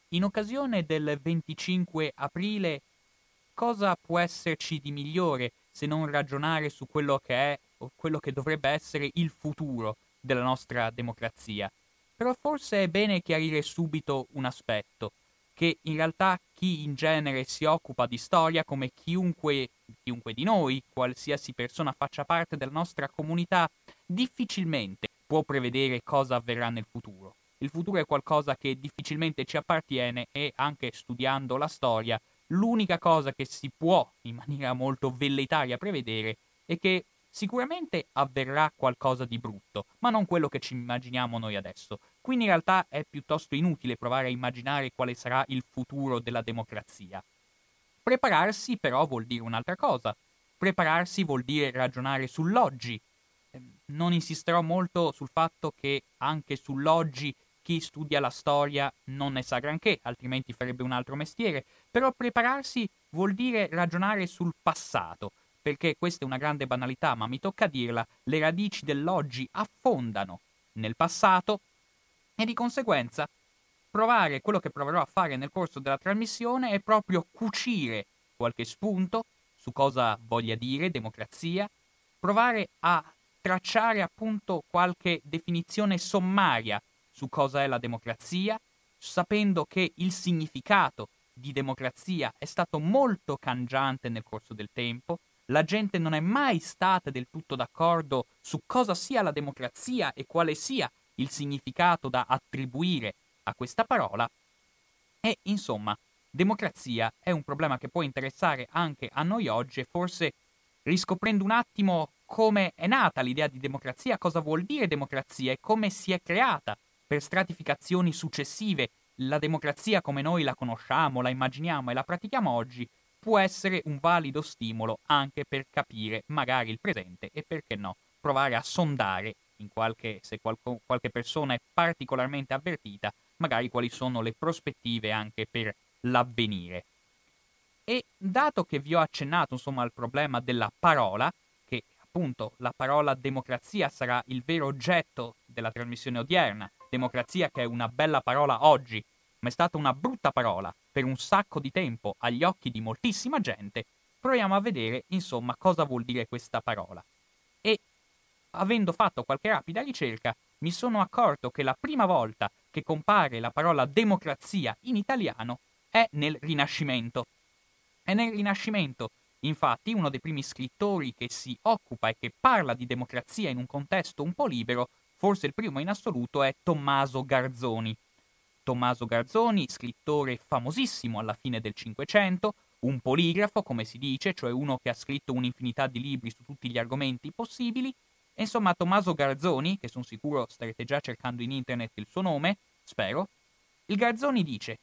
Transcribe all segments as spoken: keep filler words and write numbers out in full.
in occasione del venticinque aprile, cosa può esserci di migliore se non ragionare su quello che è o quello che dovrebbe essere il futuro della nostra democrazia? Però forse è bene chiarire subito un aspetto, che in realtà chi in genere si occupa di storia, come chiunque, chiunque di noi, qualsiasi persona faccia parte della nostra comunità, difficilmente può prevedere cosa avverrà nel futuro. Il futuro è qualcosa che difficilmente ci appartiene e anche studiando la storia, l'unica cosa che si può in maniera molto velleitaria prevedere è che sicuramente avverrà qualcosa di brutto, ma non quello che ci immaginiamo noi adesso. Quindi in realtà è piuttosto inutile provare a immaginare quale sarà il futuro della democrazia. Prepararsi però vuol dire un'altra cosa. Prepararsi vuol dire ragionare sull'oggi. Non insisterò molto sul fatto che anche sull'oggi chi studia la storia non ne sa granché, altrimenti farebbe un altro mestiere, però prepararsi vuol dire ragionare sul passato, perché questa è una grande banalità, ma mi tocca dirla, le radici dell'oggi affondano nel passato e di conseguenza provare quello che proverò a fare nel corso della trasmissione è proprio cucire qualche spunto su cosa voglia dire democrazia, provare a tracciare appunto qualche definizione sommaria su cosa è la democrazia, sapendo che il significato di democrazia è stato molto cangiante nel corso del tempo, la gente non è mai stata del tutto d'accordo su cosa sia la democrazia e quale sia il significato da attribuire a questa parola e, insomma, democrazia è un problema che può interessare anche a noi oggi e forse riscoprendo un attimo come è nata l'idea di democrazia, cosa vuol dire democrazia e come si è creata per stratificazioni successive. La democrazia come noi la conosciamo, la immaginiamo e la pratichiamo oggi può essere un valido stimolo anche per capire magari il presente e perché no, provare a sondare in qualche, se qualco, qualche persona è particolarmente avvertita, magari quali sono le prospettive anche per l'avvenire. E dato che vi ho accennato insomma al problema della parola, che appunto la parola democrazia sarà il vero oggetto della trasmissione odierna, democrazia che è una bella parola oggi, ma è stata una brutta parola per un sacco di tempo agli occhi di moltissima gente, proviamo a vedere insomma cosa vuol dire questa parola. E avendo fatto qualche rapida ricerca, mi sono accorto che la prima volta che compare la parola democrazia in italiano è nel Rinascimento. È nel Rinascimento, infatti, uno dei primi scrittori che si occupa e che parla di democrazia in un contesto un po' libero, forse il primo in assoluto, è Tommaso Garzoni. Tommaso Garzoni, scrittore famosissimo alla fine del Cinquecento, un poligrafo, come si dice, cioè uno che ha scritto un'infinità di libri su tutti gli argomenti possibili. E insomma, Tommaso Garzoni, che sono sicuro starete già cercando in internet il suo nome, spero, il Garzoni dice: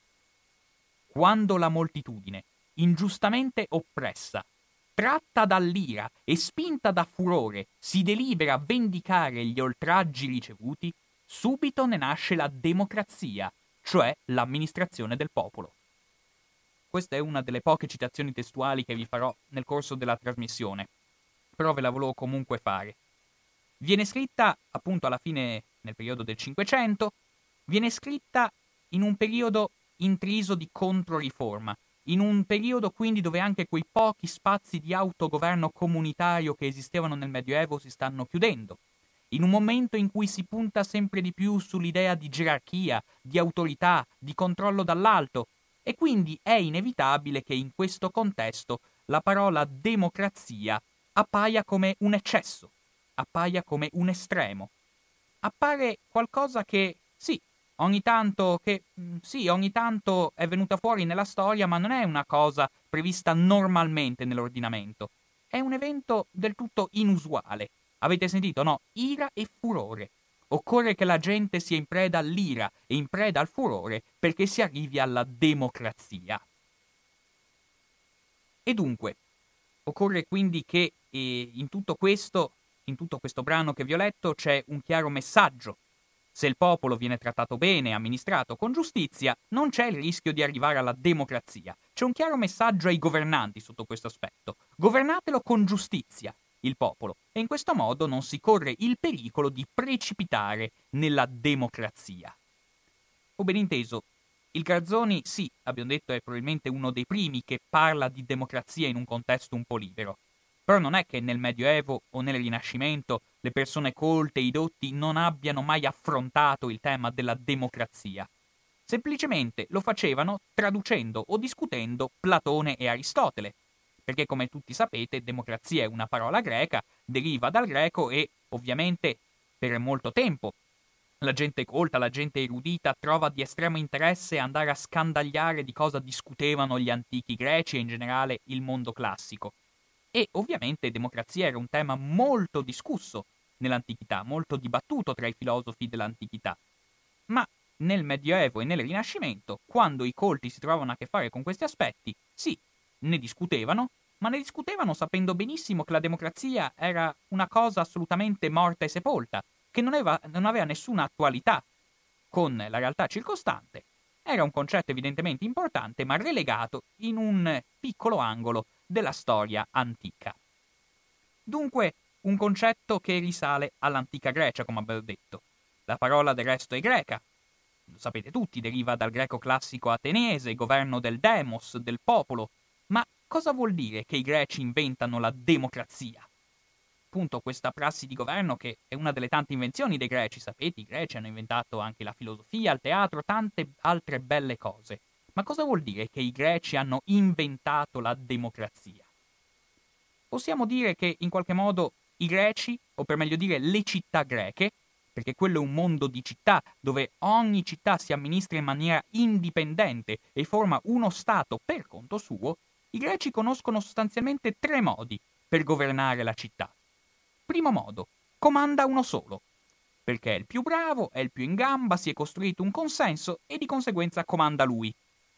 quando la moltitudine, ingiustamente oppressa, tratta dall'ira e spinta da furore, si delibera a vendicare gli oltraggi ricevuti, subito ne nasce la democrazia, cioè l'amministrazione del popolo. Questa è una delle poche citazioni testuali che vi farò nel corso della trasmissione, però ve la volevo comunque fare. Viene scritta appunto alla fine nel periodo del Cinquecento, viene scritta in un periodo intriso di controriforma, in un periodo quindi dove anche quei pochi spazi di autogoverno comunitario che esistevano nel Medioevo si stanno chiudendo, in un momento in cui si punta sempre di più sull'idea di gerarchia, di autorità, di controllo dall'alto, e quindi è inevitabile che in questo contesto la parola democrazia appaia come un eccesso, appaia come un estremo. Appare qualcosa che, sì, ogni tanto che sì, ogni tanto è venuta fuori nella storia, ma non è una cosa prevista normalmente nell'ordinamento. È un evento del tutto inusuale. Avete sentito, no? Ira e furore. Occorre che la gente sia in preda all'ira e in preda al furore perché si arrivi alla democrazia. E dunque, occorre quindi che eh, in tutto questo, in tutto questo brano che vi ho letto, c'è un chiaro messaggio. Se il popolo viene trattato bene, amministrato con giustizia, non c'è il rischio di arrivare alla democrazia. C'è un chiaro messaggio ai governanti sotto questo aspetto. Governatelo con giustizia, il popolo, e in questo modo non si corre il pericolo di precipitare nella democrazia. O ben inteso, Il Garzoni, sì, abbiamo detto, è probabilmente uno dei primi che parla di democrazia in un contesto un po' libero. Però non è che nel Medioevo o nel Rinascimento le persone colte, i dotti, non abbiano mai affrontato il tema della democrazia. Semplicemente lo facevano traducendo o discutendo Platone e Aristotele, perché come tutti sapete democrazia è una parola greca, deriva dal greco e ovviamente per molto tempo la gente colta, la gente erudita trova di estremo interesse andare a scandagliare di cosa discutevano gli antichi greci e in generale il mondo classico. E ovviamente democrazia era un tema molto discusso nell'antichità, molto dibattuto tra i filosofi dell'antichità. Ma nel Medioevo e nel Rinascimento, quando i colti si trovavano a che fare con questi aspetti, sì, ne discutevano, ma ne discutevano sapendo benissimo che la democrazia era una cosa assolutamente morta e sepolta, che non aveva, non aveva nessuna attualità con la realtà circostante. Era un concetto evidentemente importante, ma relegato in un piccolo angolo della storia antica. Dunque, un concetto che risale all'antica Grecia, come abbiamo detto. La parola del resto è greca. Lo sapete tutti, deriva dal greco classico ateniese, governo del demos, del popolo. Ma cosa vuol dire che i greci inventano la democrazia? Appunto questa prassi di governo che è una delle tante invenzioni dei greci, sapete, i greci hanno inventato anche la filosofia, il teatro, tante altre belle cose. Ma cosa vuol dire che i greci hanno inventato la democrazia? Possiamo dire che in qualche modo i greci, o per meglio dire le città greche, perché quello è un mondo di città dove ogni città si amministra in maniera indipendente e forma uno stato per conto suo, i greci conoscono sostanzialmente tre modi per governare la città. Primo modo, comanda uno solo, perché è il più bravo, è il più in gamba, si è costruito un consenso e di conseguenza comanda lui.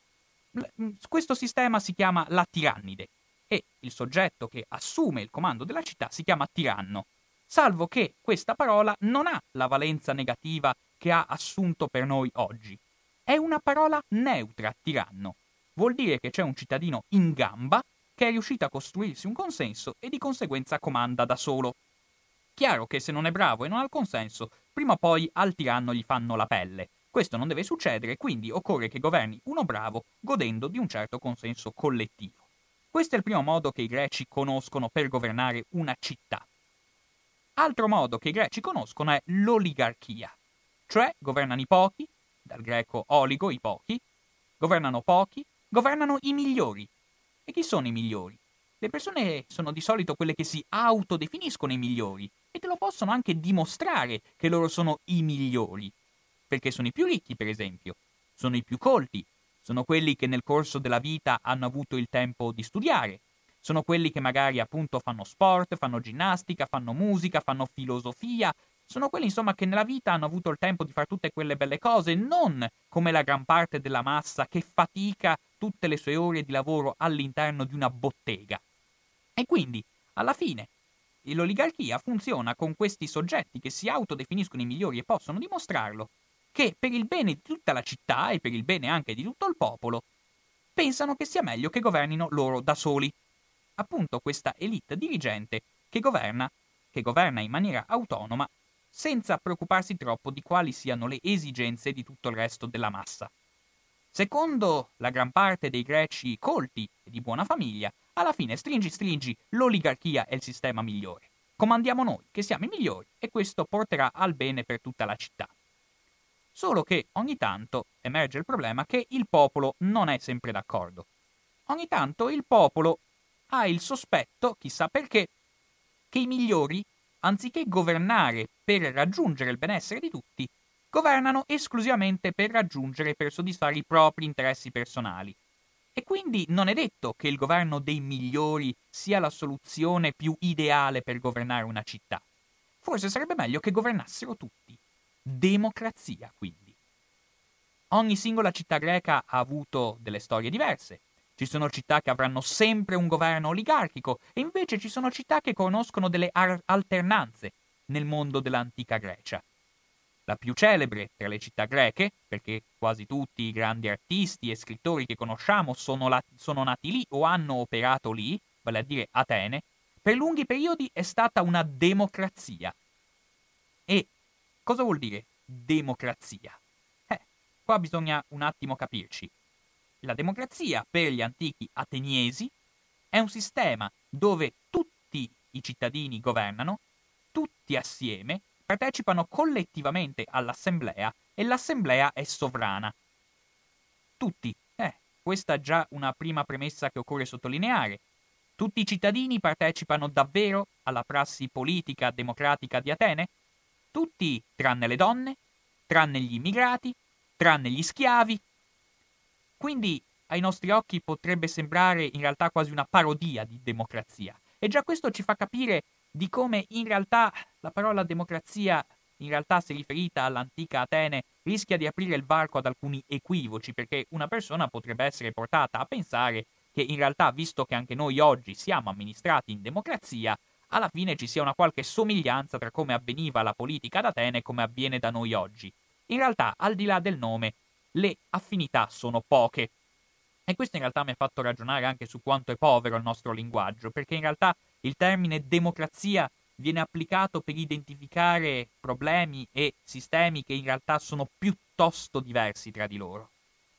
Questo sistema si chiama la tirannide e il soggetto che assume il comando della città si chiama tiranno, salvo che questa parola non ha la valenza negativa che ha assunto per noi oggi. È una parola neutra, tiranno. Vuol dire che c'è un cittadino in gamba che è riuscito a costruirsi un consenso e di conseguenza comanda da solo. Chiaro che se non è bravo e non ha il consenso, prima o poi al tiranno gli fanno la pelle. Questo non deve succedere, quindi occorre che governi uno bravo godendo di un certo consenso collettivo. Questo è il primo modo che i greci conoscono per governare una città. Altro modo che i greci conoscono è l'oligarchia, cioè governano i pochi, dal greco oligo, i pochi, governano pochi, governano i migliori. E chi sono i migliori? Le persone sono di solito quelle che si autodefiniscono i migliori e te lo possono anche dimostrare che loro sono i migliori. Perché sono i più ricchi, per esempio, sono i più colti, sono quelli che nel corso della vita hanno avuto il tempo di studiare, sono quelli che magari appunto fanno sport, fanno ginnastica, fanno musica, fanno filosofia, sono quelli insomma che nella vita hanno avuto il tempo di fare tutte quelle belle cose, non come la gran parte della massa che fatica tutte le sue ore di lavoro all'interno di una bottega. E quindi, alla fine, l'oligarchia funziona con questi soggetti che si autodefiniscono i migliori e possono dimostrarlo, che per il bene di tutta la città e per il bene anche di tutto il popolo, pensano che sia meglio che governino loro da soli. Appunto questa elite dirigente che governa, che governa in maniera autonoma, senza preoccuparsi troppo di quali siano le esigenze di tutto il resto della massa. Secondo la gran parte dei greci colti e di buona famiglia, alla fine stringi stringi l'oligarchia è il sistema migliore. Comandiamo noi, che siamo i migliori, e questo porterà al bene per tutta la città. Solo che ogni tanto emerge il problema che il popolo non è sempre d'accordo. Ogni tanto il popolo ha il sospetto, chissà perché, che i migliori, anziché governare per raggiungere il benessere di tutti, governano esclusivamente per raggiungere e per soddisfare i propri interessi personali. E quindi non è detto che il governo dei migliori sia la soluzione più ideale per governare una città. Forse sarebbe meglio che governassero tutti. Democrazia, quindi. Ogni singola città greca ha avuto delle storie diverse. Ci sono città che avranno sempre un governo oligarchico e invece ci sono città che conoscono delle ar- alternanze nel mondo dell'antica Grecia. La più celebre tra le città greche, perché quasi tutti i grandi artisti e scrittori che conosciamo sono, la- sono nati lì o hanno operato lì, vale a dire Atene, per lunghi periodi è stata una democrazia. E cosa vuol dire democrazia? Eh, qua bisogna un attimo capirci. La democrazia per gli antichi ateniesi è un sistema dove tutti i cittadini governano, tutti assieme, partecipano collettivamente all'assemblea e l'assemblea è sovrana. Tutti. Eh, questa è già una prima premessa che occorre sottolineare. Tutti i cittadini partecipano davvero alla prassi politica democratica di Atene? Tutti, tranne le donne, tranne gli immigrati, tranne gli schiavi. Quindi ai nostri occhi potrebbe sembrare in realtà quasi una parodia di democrazia. E già questo ci fa capire di come in realtà la parola democrazia, in realtà se riferita all'antica Atene, rischia di aprire il varco ad alcuni equivoci, perché una persona potrebbe essere portata a pensare che in realtà, visto che anche noi oggi siamo amministrati in democrazia, alla fine ci sia una qualche somiglianza tra come avveniva la politica ad Atene e come avviene da noi oggi. In realtà, al di là del nome, le affinità sono poche. E questo in realtà mi ha fatto ragionare anche su quanto è povero il nostro linguaggio, perché in realtà il termine democrazia viene applicato per identificare problemi e sistemi che in realtà sono piuttosto diversi tra di loro.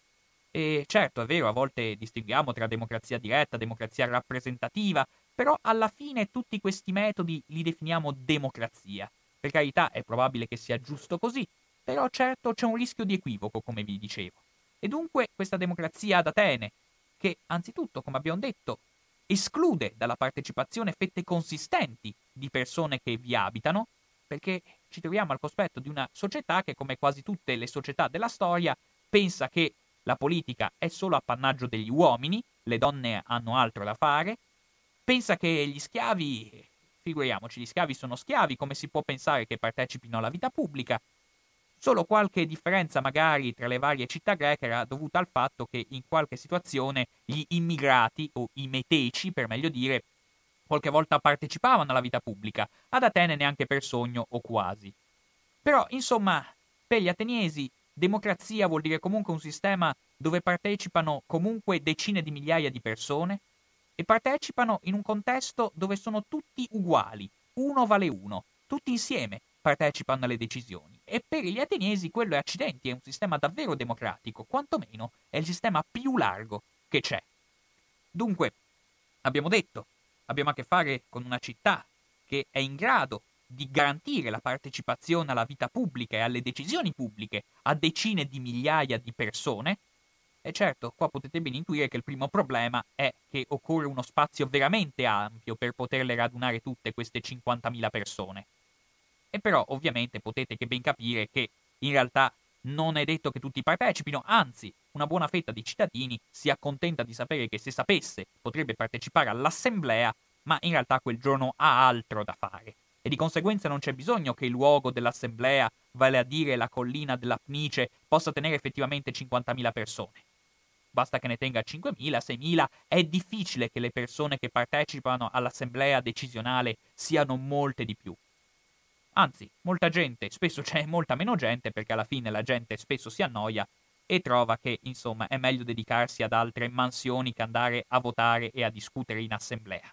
E certo, è vero, a volte distinguiamo tra democrazia diretta, democrazia rappresentativa, però alla fine tutti questi metodi li definiamo democrazia. Per carità, è probabile che sia giusto così, però certo c'è un rischio di equivoco, come vi dicevo. E dunque questa democrazia ad Atene, che anzitutto, come abbiamo detto, esclude dalla partecipazione fette consistenti di persone che vi abitano, perché ci troviamo al cospetto di una società che, come quasi tutte le società della storia, pensa che la politica è solo appannaggio degli uomini, le donne hanno altro da fare, pensa che gli schiavi, figuriamoci, gli schiavi sono schiavi, come si può pensare che partecipino alla vita pubblica? Solo qualche differenza magari tra le varie città greche era dovuta al fatto che in qualche situazione gli immigrati, o i meteci per meglio dire, qualche volta partecipavano alla vita pubblica, ad Atene neanche per sogno o quasi. Però, insomma, per gli ateniesi, democrazia vuol dire comunque un sistema dove partecipano comunque decine di migliaia di persone e partecipano in un contesto dove sono tutti uguali, uno vale uno, tutti insieme partecipano alle decisioni. E per gli ateniesi quello è accidenti, è un sistema davvero democratico, quantomeno è il sistema più largo che c'è. Dunque, abbiamo detto, abbiamo a che fare con una città che è in grado di garantire la partecipazione alla vita pubblica e alle decisioni pubbliche a decine di migliaia di persone. E certo, qua potete ben intuire che il primo problema è che occorre uno spazio veramente ampio per poterle radunare tutte queste cinquantamila persone. E però ovviamente potete che ben capire che in realtà non è detto che tutti partecipino, anzi una buona fetta di cittadini si accontenta di sapere che se sapesse potrebbe partecipare all'assemblea, ma in realtà quel giorno ha altro da fare. E di conseguenza non c'è bisogno che il luogo dell'assemblea, vale a dire la collina dell'Apnice, possa tenere effettivamente cinquantamila persone. Basta che ne tenga cinquemila, seimila, è difficile che le persone che partecipano all'assemblea decisionale siano molte di più. Anzi, molta gente, spesso c'è molta meno gente perché alla fine la gente spesso si annoia e trova che, insomma, è meglio dedicarsi ad altre mansioni che andare a votare e a discutere in assemblea.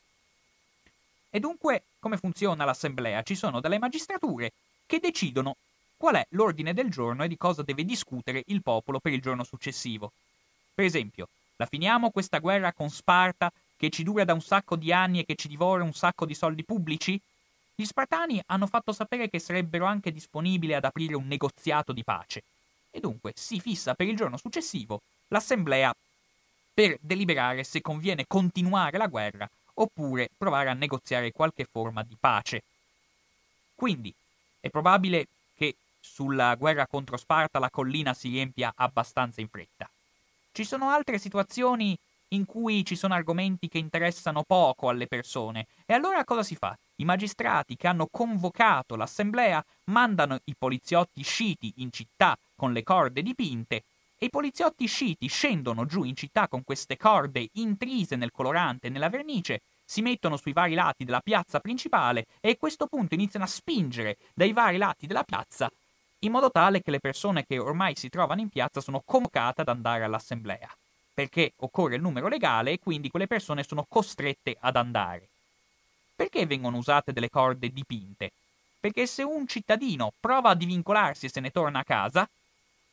E dunque, come funziona l'assemblea? Ci sono delle magistrature che decidono qual è l'ordine del giorno e di cosa deve discutere il popolo per il giorno successivo. Per esempio, la finiamo questa guerra con Sparta che ci dura da un sacco di anni e che ci divora un sacco di soldi pubblici? Gli Spartani hanno fatto sapere che sarebbero anche disponibili ad aprire un negoziato di pace. E dunque si fissa per il giorno successivo l'assemblea per deliberare se conviene continuare la guerra oppure provare a negoziare qualche forma di pace. Quindi è probabile che sulla guerra contro Sparta la collina si riempia abbastanza in fretta. Ci sono altre situazioni in cui ci sono argomenti che interessano poco alle persone e allora cosa si fa? I magistrati che hanno convocato l'assemblea mandano i poliziotti sciiti in città con le corde dipinte e i poliziotti sciiti scendono giù in città con queste corde intrise nel colorante e nella vernice, si mettono sui vari lati della piazza principale e a questo punto iniziano a spingere dai vari lati della piazza in modo tale che le persone che ormai si trovano in piazza sono convocate ad andare all'assemblea, perché occorre il numero legale e quindi quelle persone sono costrette ad andare. Perché vengono usate delle corde dipinte? Perché se un cittadino prova a divincolarsi e se ne torna a casa,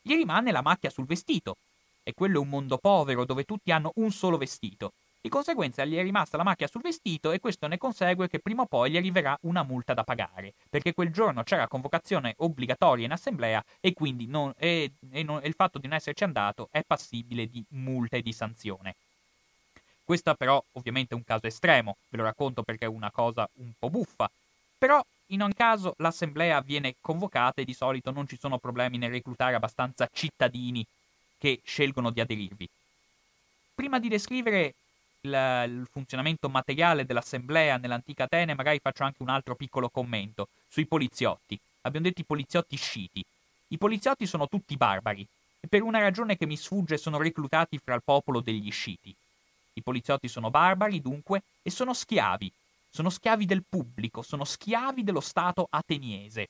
gli rimane la macchia sul vestito. E quello è un mondo povero dove tutti hanno un solo vestito. Di conseguenza gli è rimasta la macchia sul vestito e questo ne consegue che prima o poi gli arriverà una multa da pagare, perché quel giorno c'era convocazione obbligatoria in assemblea e quindi non, e, e non, e il fatto di non esserci andato è passibile di multa e di sanzione. Questo però ovviamente è un caso estremo, ve lo racconto perché è una cosa un po' buffa, però in ogni caso l'assemblea viene convocata e di solito non ci sono problemi nel reclutare abbastanza cittadini che scelgono di aderirvi. Prima di descrivere il, il funzionamento materiale dell'assemblea nell'antica Atene, magari faccio anche un altro piccolo commento sui poliziotti. Abbiamo detto i poliziotti sciiti. I poliziotti sono tutti barbari e per una ragione che mi sfugge sono reclutati fra il popolo degli sciiti. I poliziotti sono barbari, dunque, e sono schiavi. Sono schiavi del pubblico, sono schiavi dello Stato ateniese.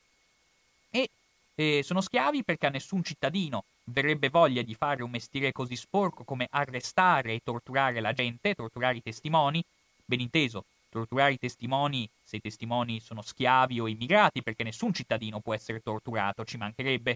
E eh, sono schiavi perché a nessun cittadino verrebbe voglia di fare un mestiere così sporco come arrestare e torturare la gente, torturare i testimoni. Ben inteso, torturare i testimoni se i testimoni sono schiavi o immigrati, perché nessun cittadino può essere torturato, ci mancherebbe.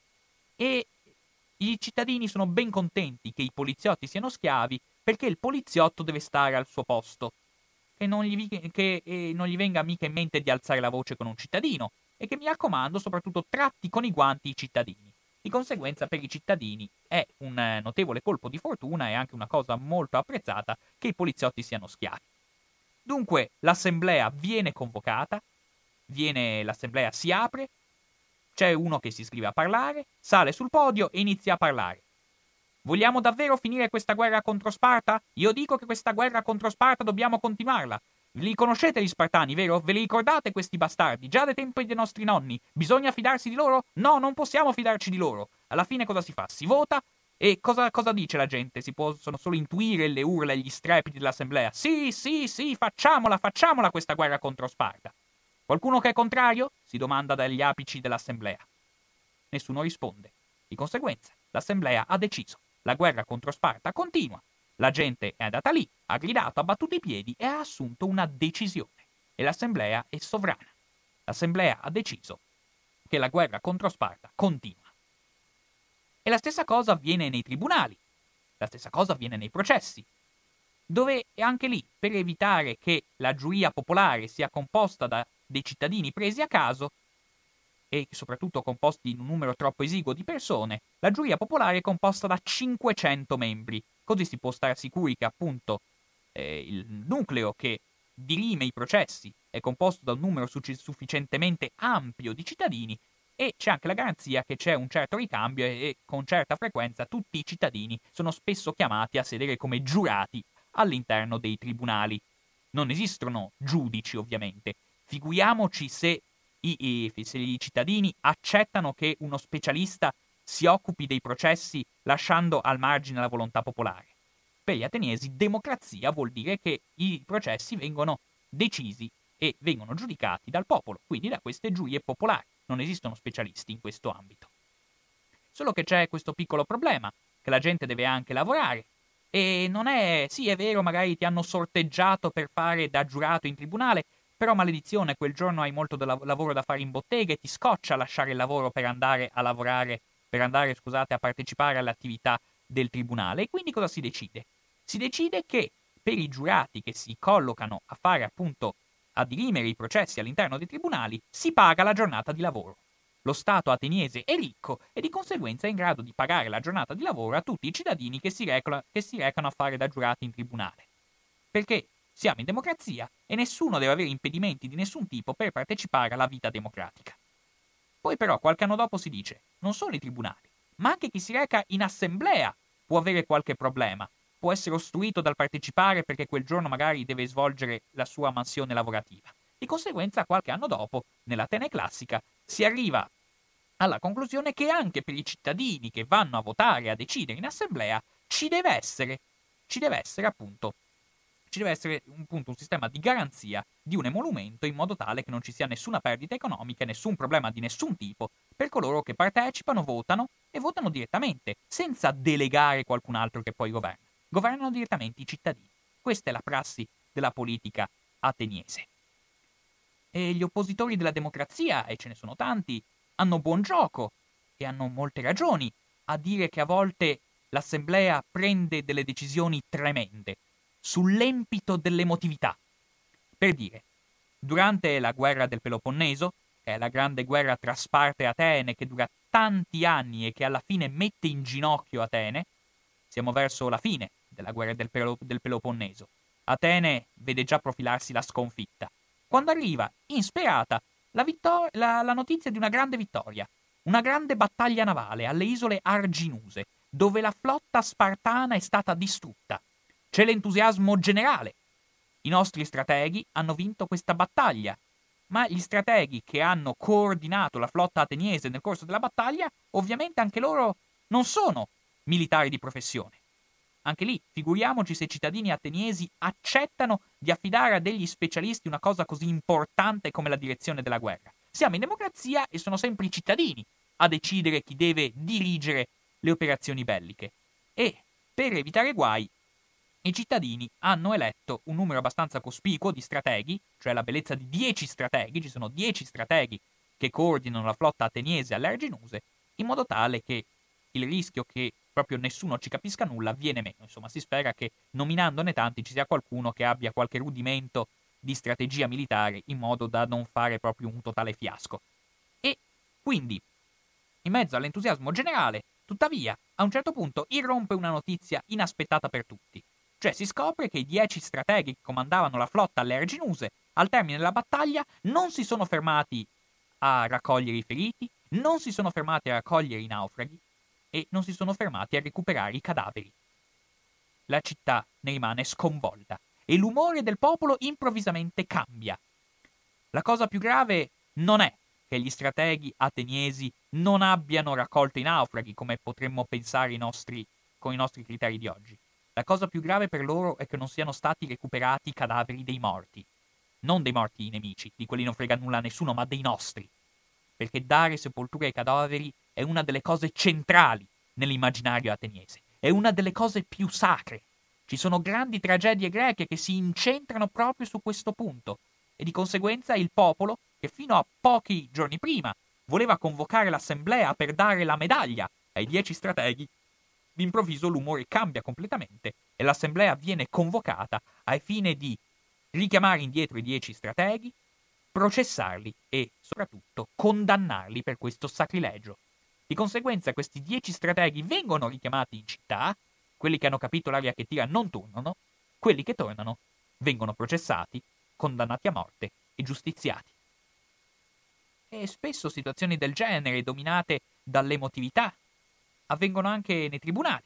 E i cittadini sono ben contenti che i poliziotti siano schiavi perché il poliziotto deve stare al suo posto, che non gli, che, eh, non gli venga mica in mente di alzare la voce con un cittadino e che, mi raccomando, soprattutto tratti con i guanti i cittadini. Di conseguenza per i cittadini è un eh, notevole colpo di fortuna e anche una cosa molto apprezzata che i poliziotti siano schiavi. Dunque l'assemblea viene convocata, viene, l'assemblea si apre, c'è uno che si iscrive a parlare, sale sul podio e inizia a parlare. Vogliamo davvero finire questa guerra contro Sparta? Io dico che questa guerra contro Sparta dobbiamo continuarla. Li conoscete gli Spartani, vero? Ve li ricordate questi bastardi? Già dai tempi dei nostri nonni. Bisogna fidarsi di loro? No, non possiamo fidarci di loro. Alla fine cosa si fa? Si vota? E cosa, cosa dice la gente? Si possono solo intuire le urla e gli strepiti dell'assemblea. Sì, sì, sì, facciamola, facciamola questa guerra contro Sparta. Qualcuno che è contrario? Si domanda dagli apici dell'assemblea. Nessuno risponde. Di conseguenza, l'assemblea ha deciso. La guerra contro Sparta continua. La gente è andata lì, ha gridato, ha battuto i piedi e ha assunto una decisione. E l'assemblea è sovrana. L'assemblea ha deciso che la guerra contro Sparta continua. E la stessa cosa avviene nei tribunali. La stessa cosa avviene nei processi. Dove anche lì, per evitare che la giuria popolare sia composta da dei cittadini presi a caso, e soprattutto composti in un numero troppo esiguo di persone, la giuria popolare è composta da cinquecento membri. Così si può stare sicuri che appunto eh, il nucleo che dirime i processi è composto da un numero sufficientemente ampio di cittadini e c'è anche la garanzia che c'è un certo ricambio e, e con certa frequenza tutti i cittadini sono spesso chiamati a sedere come giurati all'interno dei tribunali. Non esistono giudici, ovviamente. Figuriamoci se I, i, se i cittadini accettano che uno specialista si occupi dei processi lasciando al margine la volontà popolare. Per gli ateniesi democrazia vuol dire che i processi vengono decisi e vengono giudicati dal popolo, quindi da queste giurie popolari. Non esistono specialisti in questo ambito. Solo che c'è questo piccolo problema, che la gente deve anche lavorare. E non è, sì è vero, magari ti hanno sorteggiato per fare da giurato in tribunale, però maledizione, quel giorno hai molto da lavoro da fare in bottega e ti scoccia lasciare il lavoro per andare a lavorare, per andare, scusate, a partecipare alle attività del tribunale. E quindi cosa si decide? Si decide che per i giurati che si collocano a fare appunto, a dirimere i processi all'interno dei tribunali, si paga la giornata di lavoro. Lo Stato ateniese è ricco e di conseguenza è in grado di pagare la giornata di lavoro a tutti i cittadini che si, recla- che si recano a fare da giurati in tribunale. Perché siamo in democrazia e nessuno deve avere impedimenti di nessun tipo per partecipare alla vita democratica. Poi però qualche anno dopo si dice, non solo i tribunali, ma anche chi si reca in assemblea può avere qualche problema, può essere ostruito dal partecipare perché quel giorno magari deve svolgere la sua mansione lavorativa. Di conseguenza qualche anno dopo, nell'Atene classica, si arriva alla conclusione che anche per i cittadini che vanno a votare e a decidere in assemblea ci deve essere, ci deve essere appunto ci deve essere un, punto, un sistema di garanzia di un emolumento in modo tale che non ci sia nessuna perdita economica, nessun problema di nessun tipo per coloro che partecipano, votano e votano direttamente, senza delegare qualcun altro che poi governa. Governano direttamente i cittadini. Questa è la prassi della politica ateniese. E gli oppositori della democrazia, e ce ne sono tanti, hanno buon gioco e hanno molte ragioni a dire che a volte l'Assemblea prende delle decisioni tremende, sull'empito dell'emotività. Per dire, durante la guerra del Peloponneso, che è la grande guerra tra Sparta e Atene che dura tanti anni e che alla fine mette in ginocchio Atene, siamo verso la fine della guerra del, Pel- del Peloponneso. Atene vede già profilarsi la sconfitta, quando arriva, insperata, la, vittor- la, la notizia di una grande vittoria, una grande battaglia navale alle isole Arginuse, dove la flotta spartana è stata distrutta. C'è l'entusiasmo generale. I nostri strateghi hanno vinto questa battaglia, ma gli strateghi che hanno coordinato la flotta ateniese nel corso della battaglia, ovviamente anche loro non sono militari di professione. Anche lì, figuriamoci se i cittadini ateniesi accettano di affidare a degli specialisti una cosa così importante come la direzione della guerra. Siamo in democrazia e sono sempre i cittadini a decidere chi deve dirigere le operazioni belliche. E, per evitare guai, i cittadini hanno eletto un numero abbastanza cospicuo di strateghi, cioè la bellezza di dieci strateghi, ci sono dieci strateghi che coordinano la flotta ateniese alle Arginuse, in modo tale che il rischio che proprio nessuno ci capisca nulla viene meno. Insomma, si spera che nominandone tanti ci sia qualcuno che abbia qualche rudimento di strategia militare in modo da non fare proprio un totale fiasco. E quindi, in mezzo all'entusiasmo generale, tuttavia, a un certo punto irrompe una notizia inaspettata per tutti. Cioè si scopre che i dieci strateghi che comandavano la flotta alle Arginuse, al termine della battaglia, non si sono fermati a raccogliere i feriti, non si sono fermati a raccogliere i naufraghi e non si sono fermati a recuperare i cadaveri. La città ne rimane sconvolta e l'umore del popolo improvvisamente cambia. La cosa più grave non è che gli strateghi ateniesi non abbiano raccolto i naufraghi, come potremmo pensare i nostri, con i nostri criteri di oggi. La cosa più grave per loro è che non siano stati recuperati i cadaveri dei morti. Non dei morti nemici, di quelli non frega nulla a nessuno, ma dei nostri. Perché dare sepoltura ai cadaveri è una delle cose centrali nell'immaginario ateniese. È una delle cose più sacre. Ci sono grandi tragedie greche che si incentrano proprio su questo punto. E di conseguenza il popolo, che fino a pochi giorni prima voleva convocare l'assemblea per dare la medaglia ai dieci strateghi, d'improvviso l'umore cambia completamente e l'assemblea viene convocata ai fine di richiamare indietro i dieci strateghi, processarli e soprattutto condannarli per questo sacrilegio. Di conseguenza questi dieci strateghi vengono richiamati in città, quelli che hanno capito l'aria che tira non tornano, quelli che tornano vengono processati, condannati a morte e giustiziati. E spesso situazioni del genere, dominate dall'emotività, avvengono anche nei tribunali.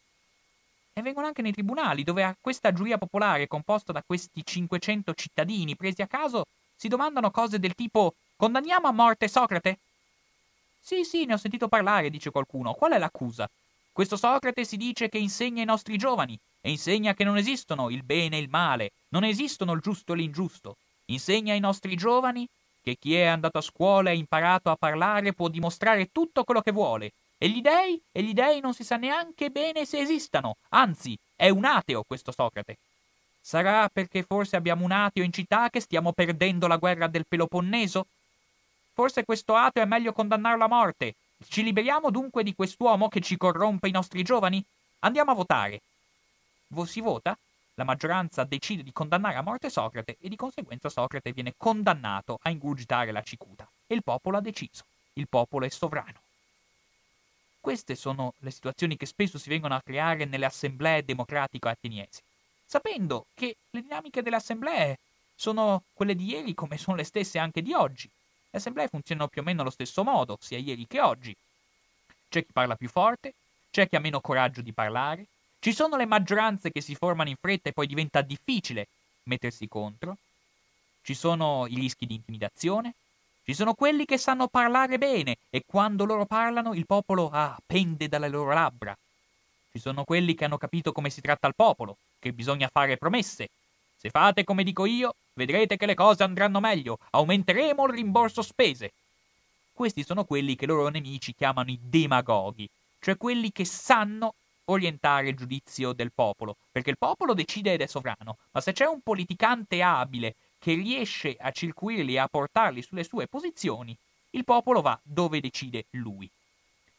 E avvengono anche nei tribunali, dove a questa giuria popolare composta da questi cinquecento cittadini presi a caso si domandano cose del tipo: condanniamo a morte Socrate? Sì, sì, ne ho sentito parlare, dice qualcuno. Qual è l'accusa? Questo Socrate si dice che insegna ai nostri giovani e insegna che non esistono il bene e il male, non esistono il giusto e l'ingiusto. Insegna ai nostri giovani che chi è andato a scuola e ha imparato a parlare può dimostrare tutto quello che vuole. E gli dei? E gli dei non si sa neanche bene se esistano. Anzi, è un ateo questo Socrate. Sarà perché forse abbiamo un ateo in città che stiamo perdendo la guerra del Peloponneso? Forse questo ateo è meglio condannarlo a morte. Ci liberiamo dunque di quest'uomo che ci corrompe i nostri giovani? Andiamo a votare. Si vota? La maggioranza decide di condannare a morte Socrate e di conseguenza Socrate viene condannato a ingurgitare la cicuta. E il popolo ha deciso. Il popolo è sovrano. Queste sono le situazioni che spesso si vengono a creare nelle assemblee democratiche ateniesi, sapendo che le dinamiche delle assemblee sono quelle di ieri come sono le stesse anche di oggi. Le assemblee funzionano più o meno allo stesso modo, sia ieri che oggi. C'è chi parla più forte, c'è chi ha meno coraggio di parlare, ci sono le maggioranze che si formano in fretta e poi diventa difficile mettersi contro, ci sono i rischi di intimidazione, ci sono quelli che sanno parlare bene e quando loro parlano il popolo ah, pende dalle loro labbra. Ci sono quelli che hanno capito come si tratta il popolo, che bisogna fare promesse. Se fate come dico io, vedrete che le cose andranno meglio, aumenteremo il rimborso spese. Questi sono quelli che i loro nemici chiamano i demagoghi, cioè quelli che sanno orientare il giudizio del popolo, perché il popolo decide ed è sovrano, ma se c'è un politicante abile che riesce a circuirli e a portarli sulle sue posizioni, il popolo va dove decide lui.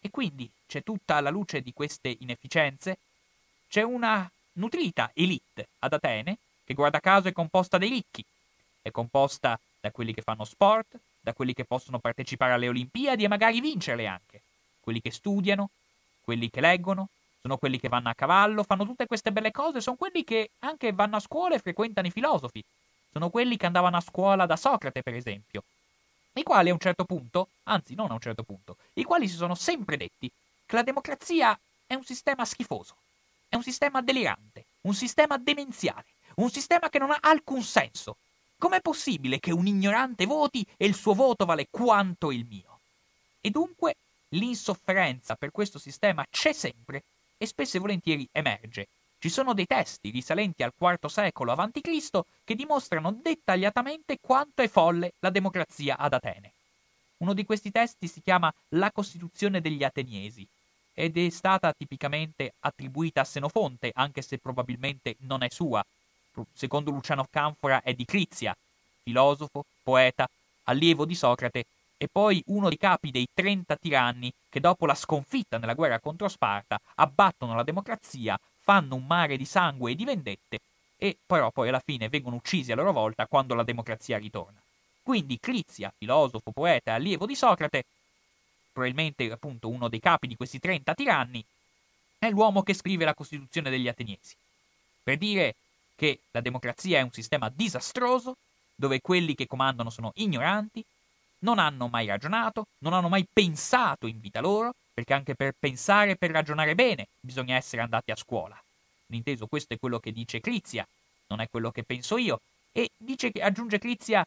E quindi c'è tutta alla luce di queste inefficienze, c'è una nutrita elite ad Atene, che guarda caso è composta dai ricchi, è composta da quelli che fanno sport, da quelli che possono partecipare alle Olimpiadi e magari vincerle anche, quelli che studiano, quelli che leggono, sono quelli che vanno a cavallo, fanno tutte queste belle cose, sono quelli che anche vanno a scuola e frequentano i filosofi, sono quelli che andavano a scuola da Socrate, per esempio, i quali a un certo punto, anzi non a un certo punto, i quali si sono sempre detti che la democrazia è un sistema schifoso, è un sistema delirante, un sistema demenziale, un sistema che non ha alcun senso. Com'è possibile che un ignorante voti e il suo voto vale quanto il mio? E dunque l'insofferenza per questo sistema c'è sempre e spesso e volentieri emerge. Ci sono dei testi risalenti al quarto secolo avanti Cristo che dimostrano dettagliatamente quanto è folle la democrazia ad Atene. Uno di questi testi si chiama La Costituzione degli Ateniesi ed è stata tipicamente attribuita a Senofonte, anche se probabilmente non è sua. Secondo Luciano Canfora è di Crizia, filosofo, poeta, allievo di Socrate e poi uno dei capi dei trenta tiranni che dopo la sconfitta nella guerra contro Sparta abbattono la democrazia, fanno un mare di sangue e di vendette e però poi alla fine vengono uccisi a loro volta quando la democrazia ritorna. Quindi Crizia, filosofo, poeta e allievo di Socrate, probabilmente appunto uno dei capi di questi trenta tiranni, è l'uomo che scrive la Costituzione degli Ateniesi, per dire che la democrazia è un sistema disastroso, dove quelli che comandano sono ignoranti, non hanno mai ragionato, non hanno mai pensato in vita loro, perché anche per pensare e per ragionare bene bisogna essere andati a scuola. Inteso, questo è quello che dice Crizia, non è quello che penso io, e dice che, aggiunge Crizia,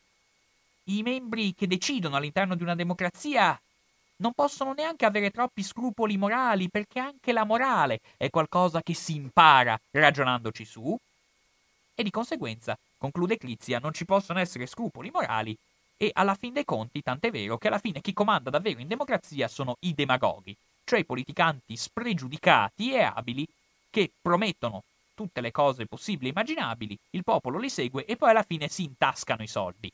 i membri che decidono all'interno di una democrazia non possono neanche avere troppi scrupoli morali, perché anche la morale è qualcosa che si impara ragionandoci su, e di conseguenza, conclude Crizia, non ci possono essere scrupoli morali, e alla fin dei conti, tant'è vero che alla fine chi comanda davvero in democrazia sono i demagoghi, cioè i politicanti spregiudicati e abili che promettono tutte le cose possibili e immaginabili, il popolo li segue e poi alla fine si intascano i soldi.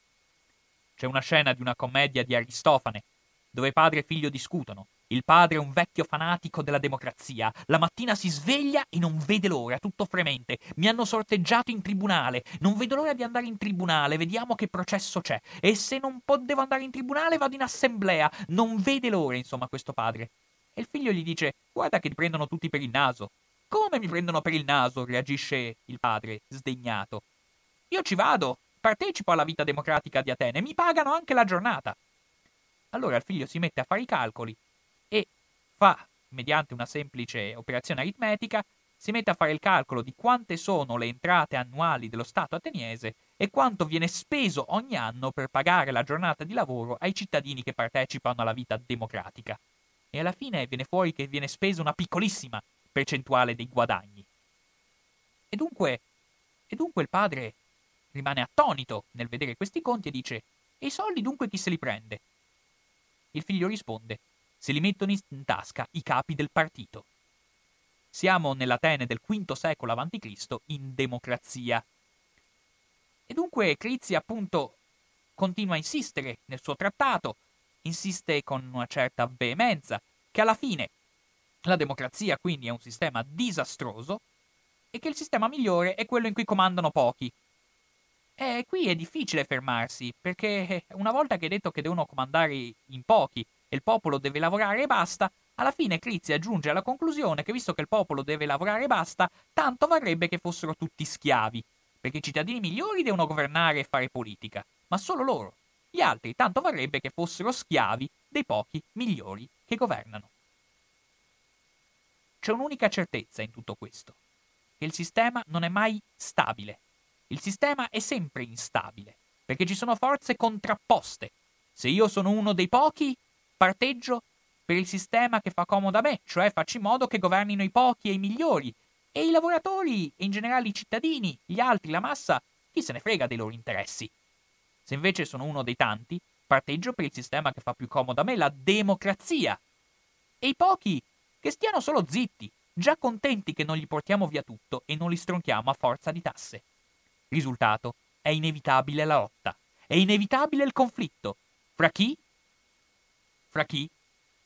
C'è una scena di una commedia di Aristofane, dove padre e figlio discutono. Il padre è un vecchio fanatico della democrazia. La mattina si sveglia e non vede l'ora, tutto fremente. Mi hanno sorteggiato in tribunale. Non vedo l'ora di andare in tribunale, vediamo che processo c'è. E se non po- devo andare in tribunale vado in assemblea. Non vede l'ora, insomma, questo padre. E il figlio gli dice, guarda che ti prendono tutti per il naso. Come mi prendono per il naso? Reagisce il padre, sdegnato. Io ci vado, partecipo alla vita democratica di Atene, mi pagano anche la giornata. Allora il figlio si mette a fare i calcoli e fa, mediante una semplice operazione aritmetica, si mette a fare il calcolo di quante sono le entrate annuali dello Stato ateniese e quanto viene speso ogni anno per pagare la giornata di lavoro ai cittadini che partecipano alla vita democratica. E alla fine viene fuori che viene spesa una piccolissima percentuale dei guadagni. E dunque, e dunque il padre rimane attonito nel vedere questi conti e dice: e i soldi dunque chi se li prende? Il figlio risponde: se li mettono in tasca i capi del partito. Siamo nell'Atene del quinto secolo avanti Cristo in democrazia. E dunque Crizia appunto continua a insistere nel suo trattato, insiste con una certa veemenza, che alla fine la democrazia quindi è un sistema disastroso e che il sistema migliore è quello in cui comandano pochi. E qui è difficile fermarsi, perché una volta che hai detto che devono comandare in pochi e il popolo deve lavorare e basta, alla fine Crizia giunge alla conclusione che visto che il popolo deve lavorare e basta, tanto varrebbe che fossero tutti schiavi, perché i cittadini migliori devono governare e fare politica, ma solo loro. Gli altri tanto varrebbe che fossero schiavi dei pochi migliori che governano. C'è un'unica certezza in tutto questo, che il sistema non è mai stabile. Il sistema è sempre instabile, perché ci sono forze contrapposte. Se io sono uno dei pochi, parteggio per il sistema che fa comodo a me, cioè faccio in modo che governino i pochi e i migliori, e i lavoratori, e in generale i cittadini, gli altri, la massa, chi se ne frega dei loro interessi. Se invece sono uno dei tanti, parteggio per il sistema che fa più comodo a me, la democrazia. E i pochi, che stiano solo zitti, già contenti che non gli portiamo via tutto e non li stronchiamo a forza di tasse. Risultato, è inevitabile la lotta, è inevitabile il conflitto. Fra chi? Fra chi?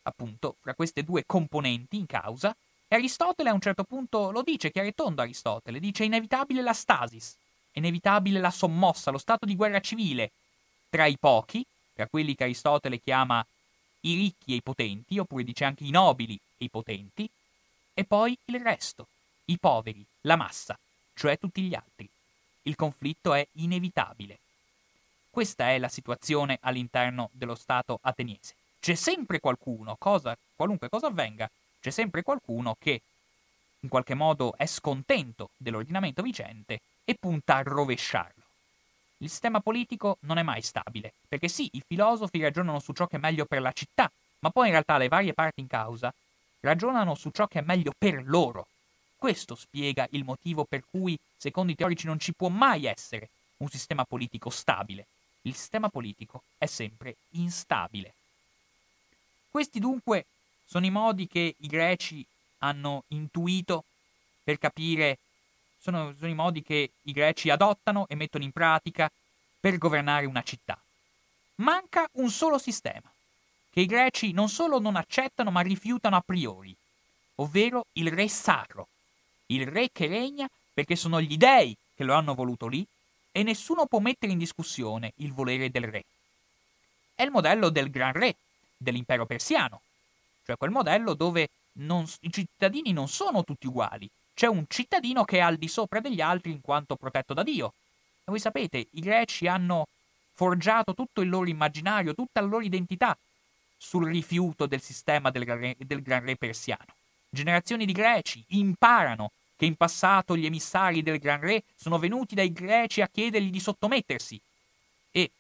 appunto, fra queste due componenti in causa, e Aristotele a un certo punto lo dice, chiaro e tondo Aristotele, dice inevitabile la stasis, inevitabile la sommossa, lo stato di guerra civile tra i pochi, tra quelli che Aristotele chiama i ricchi e i potenti, oppure dice anche i nobili e i potenti, e poi il resto, i poveri, la massa, cioè tutti gli altri. Il conflitto è inevitabile. Questa è la situazione all'interno dello Stato ateniese. C'è sempre qualcuno, cosa, qualunque cosa avvenga, c'è sempre qualcuno che in qualche modo è scontento dell'ordinamento vigente e punta a rovesciarlo. Il sistema politico non è mai stabile, perché sì, i filosofi ragionano su ciò che è meglio per la città, ma poi in realtà le varie parti in causa ragionano su ciò che è meglio per loro. Questo spiega il motivo per cui, secondo i teorici, non ci può mai essere un sistema politico stabile. Il sistema politico è sempre instabile. Questi dunque sono i modi che i greci hanno intuito per capire, sono, sono i modi che i greci adottano e mettono in pratica per governare una città. Manca un solo sistema, che i greci non solo non accettano ma rifiutano a priori, ovvero il re sacro, il re che regna perché sono gli dei che lo hanno voluto lì e nessuno può mettere in discussione il volere del re. È il modello del gran re dell'impero persiano, cioè quel modello dove non, i cittadini non sono tutti uguali, c'è un cittadino che è al di sopra degli altri in quanto protetto da Dio. E voi sapete, i greci hanno forgiato tutto il loro immaginario, tutta la loro identità sul rifiuto del sistema del gran re, del gran re persiano. Generazioni di greci imparano che in passato gli emissari del gran re sono venuti dai greci a chiedergli di sottomettersi e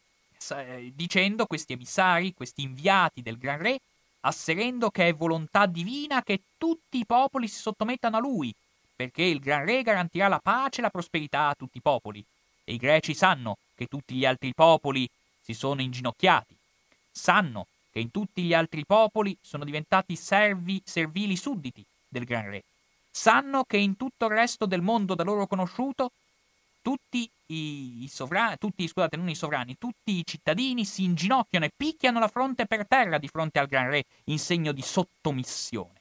dicendo questi emissari, questi inviati del gran re, asserendo che è volontà divina che tutti i popoli si sottomettano a lui, perché il gran re garantirà la pace e la prosperità a tutti i popoli. E i greci sanno che tutti gli altri popoli si sono inginocchiati, sanno che in tutti gli altri popoli sono diventati servi, servili sudditi del gran re, sanno che in tutto il resto del mondo da loro conosciuto tutti i, i sovrani, tutti, scusate, non i sovrani, tutti i cittadini si inginocchiano e picchiano la fronte per terra di fronte al gran re in segno di sottomissione.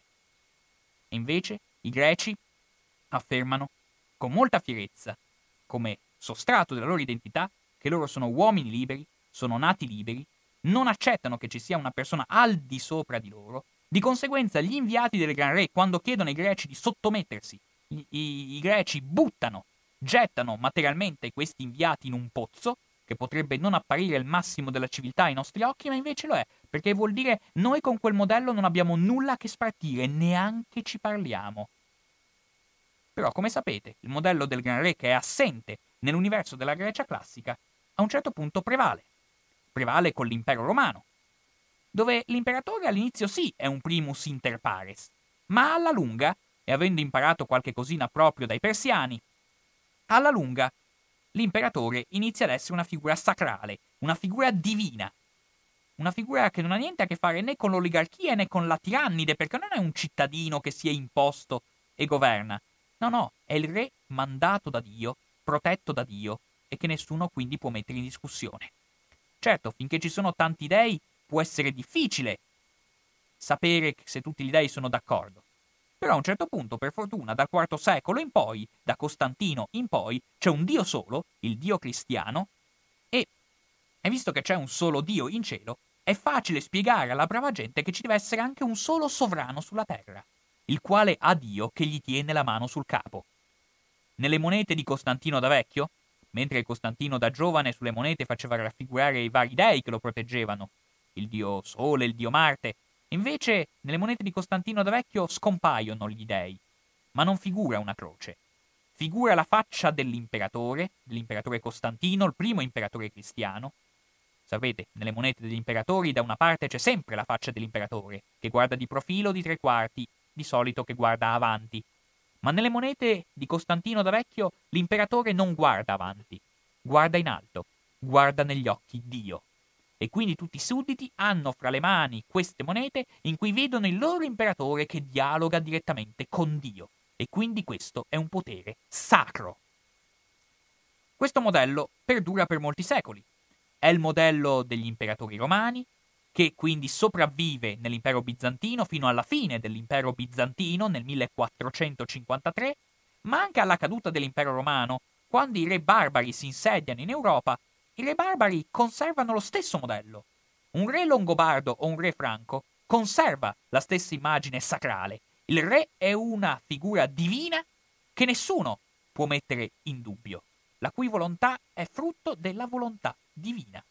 E invece i greci affermano con molta fierezza, come sostrato della loro identità, che loro sono uomini liberi, sono nati liberi, non accettano che ci sia una persona al di sopra di loro. Di conseguenza gli inviati del gran re, quando chiedono ai greci di sottomettersi, i, i, i greci buttano, gettano materialmente questi inviati in un pozzo, che potrebbe non apparire il massimo della civiltà ai nostri occhi, ma invece lo è, perché vuol dire noi con quel modello non abbiamo nulla che spartire, neanche ci parliamo. Però, come sapete, il modello del gran re che è assente nell'universo della Grecia classica, a un certo punto prevale. Prevale con l'impero romano, dove l'imperatore all'inizio sì è un primus inter pares, ma alla lunga, e avendo imparato qualche cosina proprio dai persiani, alla lunga l'imperatore inizia ad essere una figura sacrale, una figura divina, una figura che non ha niente a che fare né con l'oligarchia né con la tirannide, perché non è un cittadino che si è imposto e governa. No, no, è il re mandato da Dio, protetto da Dio, e che nessuno quindi può mettere in discussione. Certo, finché ci sono tanti dei, può essere difficile sapere se tutti gli dei sono d'accordo. Però a un certo punto, per fortuna, dal quarto secolo in poi, da Costantino in poi, c'è un Dio solo, il Dio cristiano, e, e visto che c'è un solo Dio in cielo, è facile spiegare alla brava gente che ci deve essere anche un solo sovrano sulla terra, il quale ha Dio che gli tiene la mano sul capo. Nelle monete di Costantino da vecchio, mentre Costantino da giovane sulle monete faceva raffigurare i vari dei che lo proteggevano, il dio Sole, il dio Marte, invece nelle monete di Costantino da vecchio scompaiono gli dei, ma non figura una croce. Figura la faccia dell'imperatore, dell'imperatore Costantino, il primo imperatore cristiano. Sapete, nelle monete degli imperatori da una parte c'è sempre la faccia dell'imperatore, che guarda di profilo di tre quarti, di solito che guarda avanti. Ma nelle monete di Costantino da vecchio l'imperatore non guarda avanti, guarda in alto, guarda negli occhi Dio. E quindi tutti i sudditi hanno fra le mani queste monete in cui vedono il loro imperatore che dialoga direttamente con Dio. E quindi questo è un potere sacro. Questo modello perdura per molti secoli. È il modello degli imperatori romani, che quindi sopravvive nell'impero bizantino fino alla fine dell'impero bizantino nel millequattrocentocinquantatré, ma anche alla caduta dell'impero romano, quando i re barbari si insediano in Europa. I re barbari conservano lo stesso modello. Un re longobardo o un re franco conserva la stessa immagine sacrale. Il re è una figura divina che nessuno può mettere in dubbio, la cui volontà è frutto della volontà divina.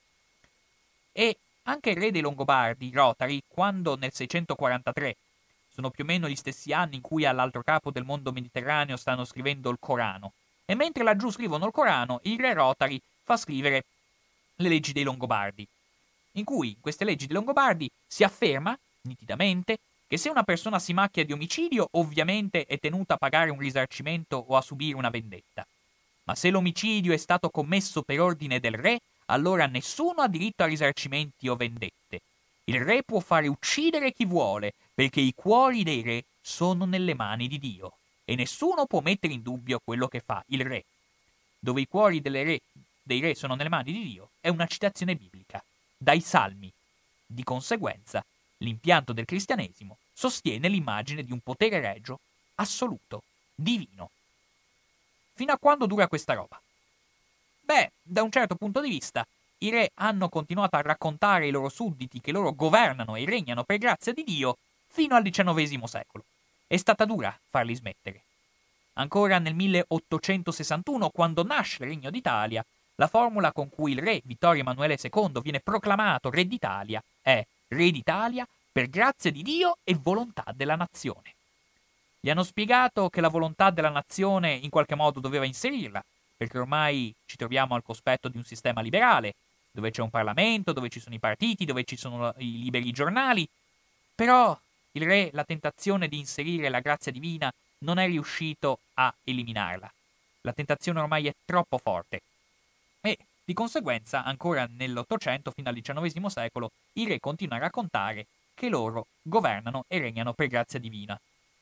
E anche il re dei Longobardi, Rotari, quando nel seicentoquarantatré, sono più o meno gli stessi anni in cui all'altro capo del mondo mediterraneo stanno scrivendo il Corano, e mentre laggiù scrivono il Corano, il re Rotari fa scrivere le leggi dei Longobardi, in cui in queste leggi dei Longobardi si afferma nitidamente che se una persona si macchia di omicidio, ovviamente è tenuta a pagare un risarcimento o a subire una vendetta. Ma se l'omicidio è stato commesso per ordine del re, allora nessuno ha diritto a risarcimenti o vendette. Il re può fare uccidere chi vuole, perché i cuori dei re sono nelle mani di Dio, e nessuno può mettere in dubbio quello che fa il re. Dove i cuori delle re, dei re sono nelle mani di Dio è una citazione biblica, dai Salmi. Di conseguenza, l'impianto del cristianesimo sostiene l'immagine di un potere regio assoluto, divino. Fino a quando dura questa roba? Beh, da un certo punto di vista, i re hanno continuato a raccontare ai loro sudditi che loro governano e regnano per grazia di Dio fino al diciannovesimo secolo. È stata dura farli smettere. Ancora nel milleottocentosessantuno, quando nasce il Regno d'Italia, la formula con cui il re Vittorio Emanuele secondo viene proclamato re d'Italia è re d'Italia per grazia di Dio e volontà della nazione. Gli hanno spiegato che la volontà della nazione in qualche modo doveva inserirla, perché ormai ci troviamo al cospetto di un sistema liberale, dove c'è un Parlamento, dove ci sono i partiti, dove ci sono i liberi giornali. Però il re la tentazione di inserire la grazia divina non è riuscito a eliminarla. La tentazione ormai è troppo forte. E, di conseguenza, ancora nell'Ottocento, fino al diciannovesimo secolo, i re continuano a raccontare che loro governano e regnano per grazia divina.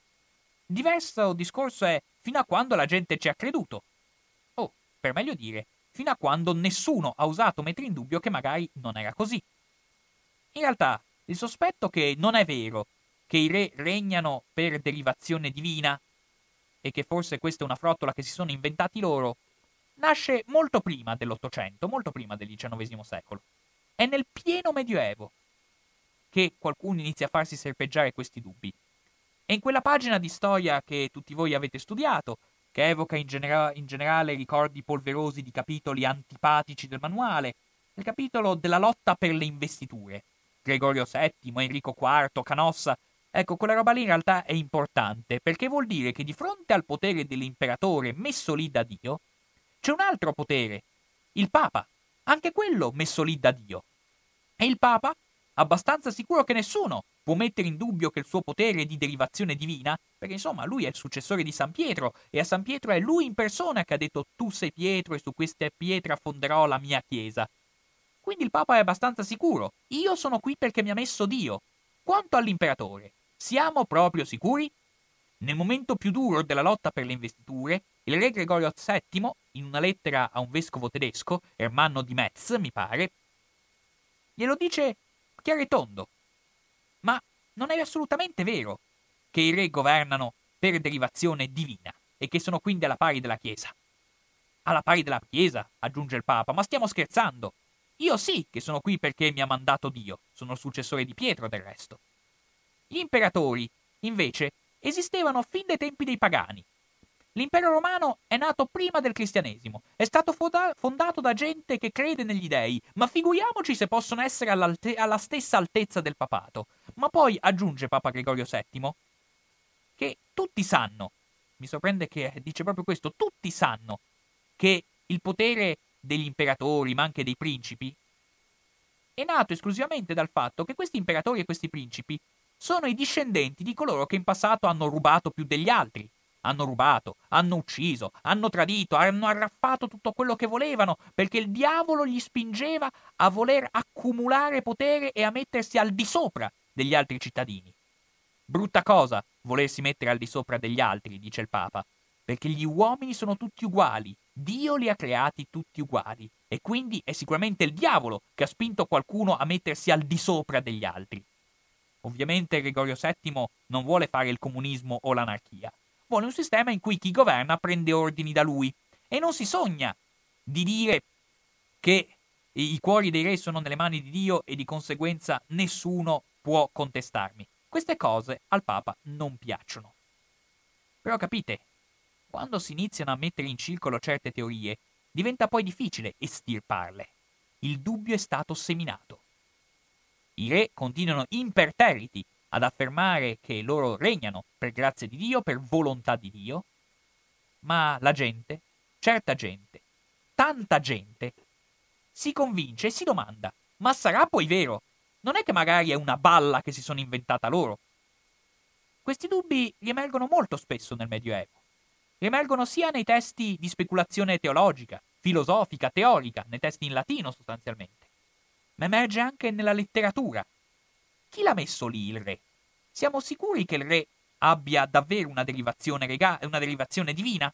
Diverso discorso è fino a quando la gente ci ha creduto. O, per meglio dire, fino a quando nessuno ha osato mettere in dubbio che magari non era così. In realtà, il sospetto che non è vero che i re regnano per derivazione divina e che forse questa è una frottola che si sono inventati loro, nasce molto prima dell'Ottocento, molto prima del diciannovesimo secolo. È nel pieno Medioevo che qualcuno inizia a farsi serpeggiare questi dubbi. E in quella pagina di storia che tutti voi avete studiato, che evoca in, genera- in generale ricordi polverosi di capitoli antipatici del manuale, il capitolo della lotta per le investiture, Gregorio settimo, Enrico quarto, Canossa, ecco, quella roba lì in realtà è importante, perché vuol dire che di fronte al potere dell'imperatore messo lì da Dio, c'è un altro potere, il Papa, anche quello messo lì da Dio. E il Papa, abbastanza sicuro che nessuno può mettere in dubbio che il suo potere è di derivazione divina, perché insomma lui è il successore di San Pietro, e a San Pietro è lui in persona che ha detto tu sei Pietro e su queste pietre affonderò la mia chiesa. Quindi il Papa è abbastanza sicuro, io sono qui perché mi ha messo Dio. Quanto all'imperatore, siamo proprio sicuri? Nel momento più duro della lotta per le investiture, il re Gregorio settimo, in una lettera a un vescovo tedesco, Ermanno di Metz, mi pare, glielo dice chiaro e tondo. Ma non è assolutamente vero che i re governano per derivazione divina e che sono quindi alla pari della Chiesa. Alla pari della Chiesa, aggiunge il Papa, ma stiamo scherzando. Io sì che sono qui perché mi ha mandato Dio, sono il successore di Pietro del resto. Gli imperatori, invece, esistevano fin dai tempi dei pagani. L'impero romano è nato prima del cristianesimo, è stato fonda- fondato da gente che crede negli dei, ma figuriamoci se possono essere alla stessa altezza del papato. Ma poi aggiunge Papa Gregorio settimo che tutti sanno, mi sorprende che dice proprio questo, tutti sanno che il potere degli imperatori, ma anche dei principi, è nato esclusivamente dal fatto che questi imperatori e questi principi sono i discendenti di coloro che in passato hanno rubato più degli altri. Hanno rubato, hanno ucciso, hanno tradito, hanno arraffato tutto quello che volevano, perché il diavolo gli spingeva a voler accumulare potere e a mettersi al di sopra degli altri cittadini. Brutta cosa volersi mettere al di sopra degli altri, dice il Papa. perché gli uomini sono tutti uguali, Dio li ha creati tutti uguali, e quindi è sicuramente il diavolo che ha spinto qualcuno a mettersi al di sopra degli altri. Ovviamente Gregorio settimo non vuole fare il comunismo o l'anarchia, vuole un sistema in cui chi governa prende ordini da lui, e non si sogna di dire che i cuori dei re sono nelle mani di Dio e di conseguenza nessuno può contestarmi. Queste cose al Papa non piacciono. Però capite, quando si iniziano a mettere in circolo certe teorie, diventa poi difficile estirparle. Il dubbio è stato seminato. I re continuano imperterriti ad affermare che loro regnano per grazia di Dio, per volontà di Dio, ma la gente, certa gente, tanta gente, si convince e si domanda: ma sarà poi vero? Non è che magari è una balla che si sono inventata loro? Questi dubbi riemergono molto spesso nel Medioevo. Riemergono sia nei testi di speculazione teologica, filosofica, teorica, nei testi in latino sostanzialmente, ma emerge anche nella letteratura. Chi l'ha messo lì il re? Siamo sicuri che il re abbia davvero una derivazione, rega- una derivazione divina?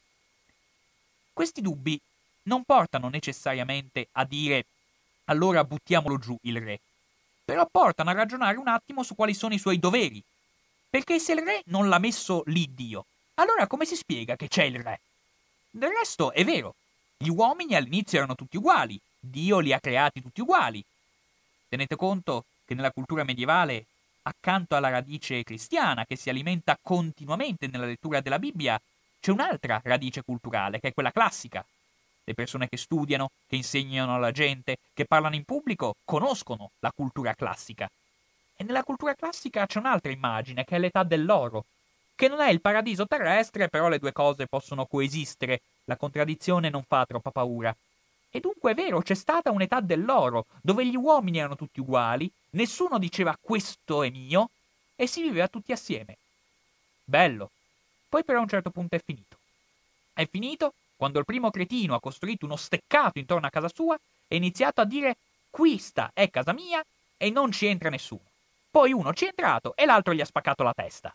Questi dubbi non portano necessariamente a dire allora buttiamolo giù il re, però portano a ragionare un attimo su quali sono i suoi doveri. Perché se il re non l'ha messo lì Dio, allora come si spiega che c'è il re? Del resto è vero, gli uomini all'inizio erano tutti uguali, Dio li ha creati tutti uguali. Tenete conto che nella cultura medievale, accanto alla radice cristiana che si alimenta continuamente nella lettura della Bibbia, c'è un'altra radice culturale, che è quella classica. Le persone che studiano, che insegnano alla gente, che parlano in pubblico, conoscono la cultura classica. E nella cultura classica c'è un'altra immagine, che è l'età dell'oro, che non è il paradiso terrestre, però le due cose possono coesistere, la contraddizione non fa troppa paura. E dunque è vero, c'è stata un'età dell'oro, dove gli uomini erano tutti uguali, nessuno diceva questo è mio, e si viveva tutti assieme. Bello. Poi però a un certo punto è finito. È finito quando il primo cretino ha costruito uno steccato intorno a casa sua e ha iniziato a dire questa è casa mia e non ci entra nessuno. Poi uno ci è entrato e l'altro gli ha spaccato la testa.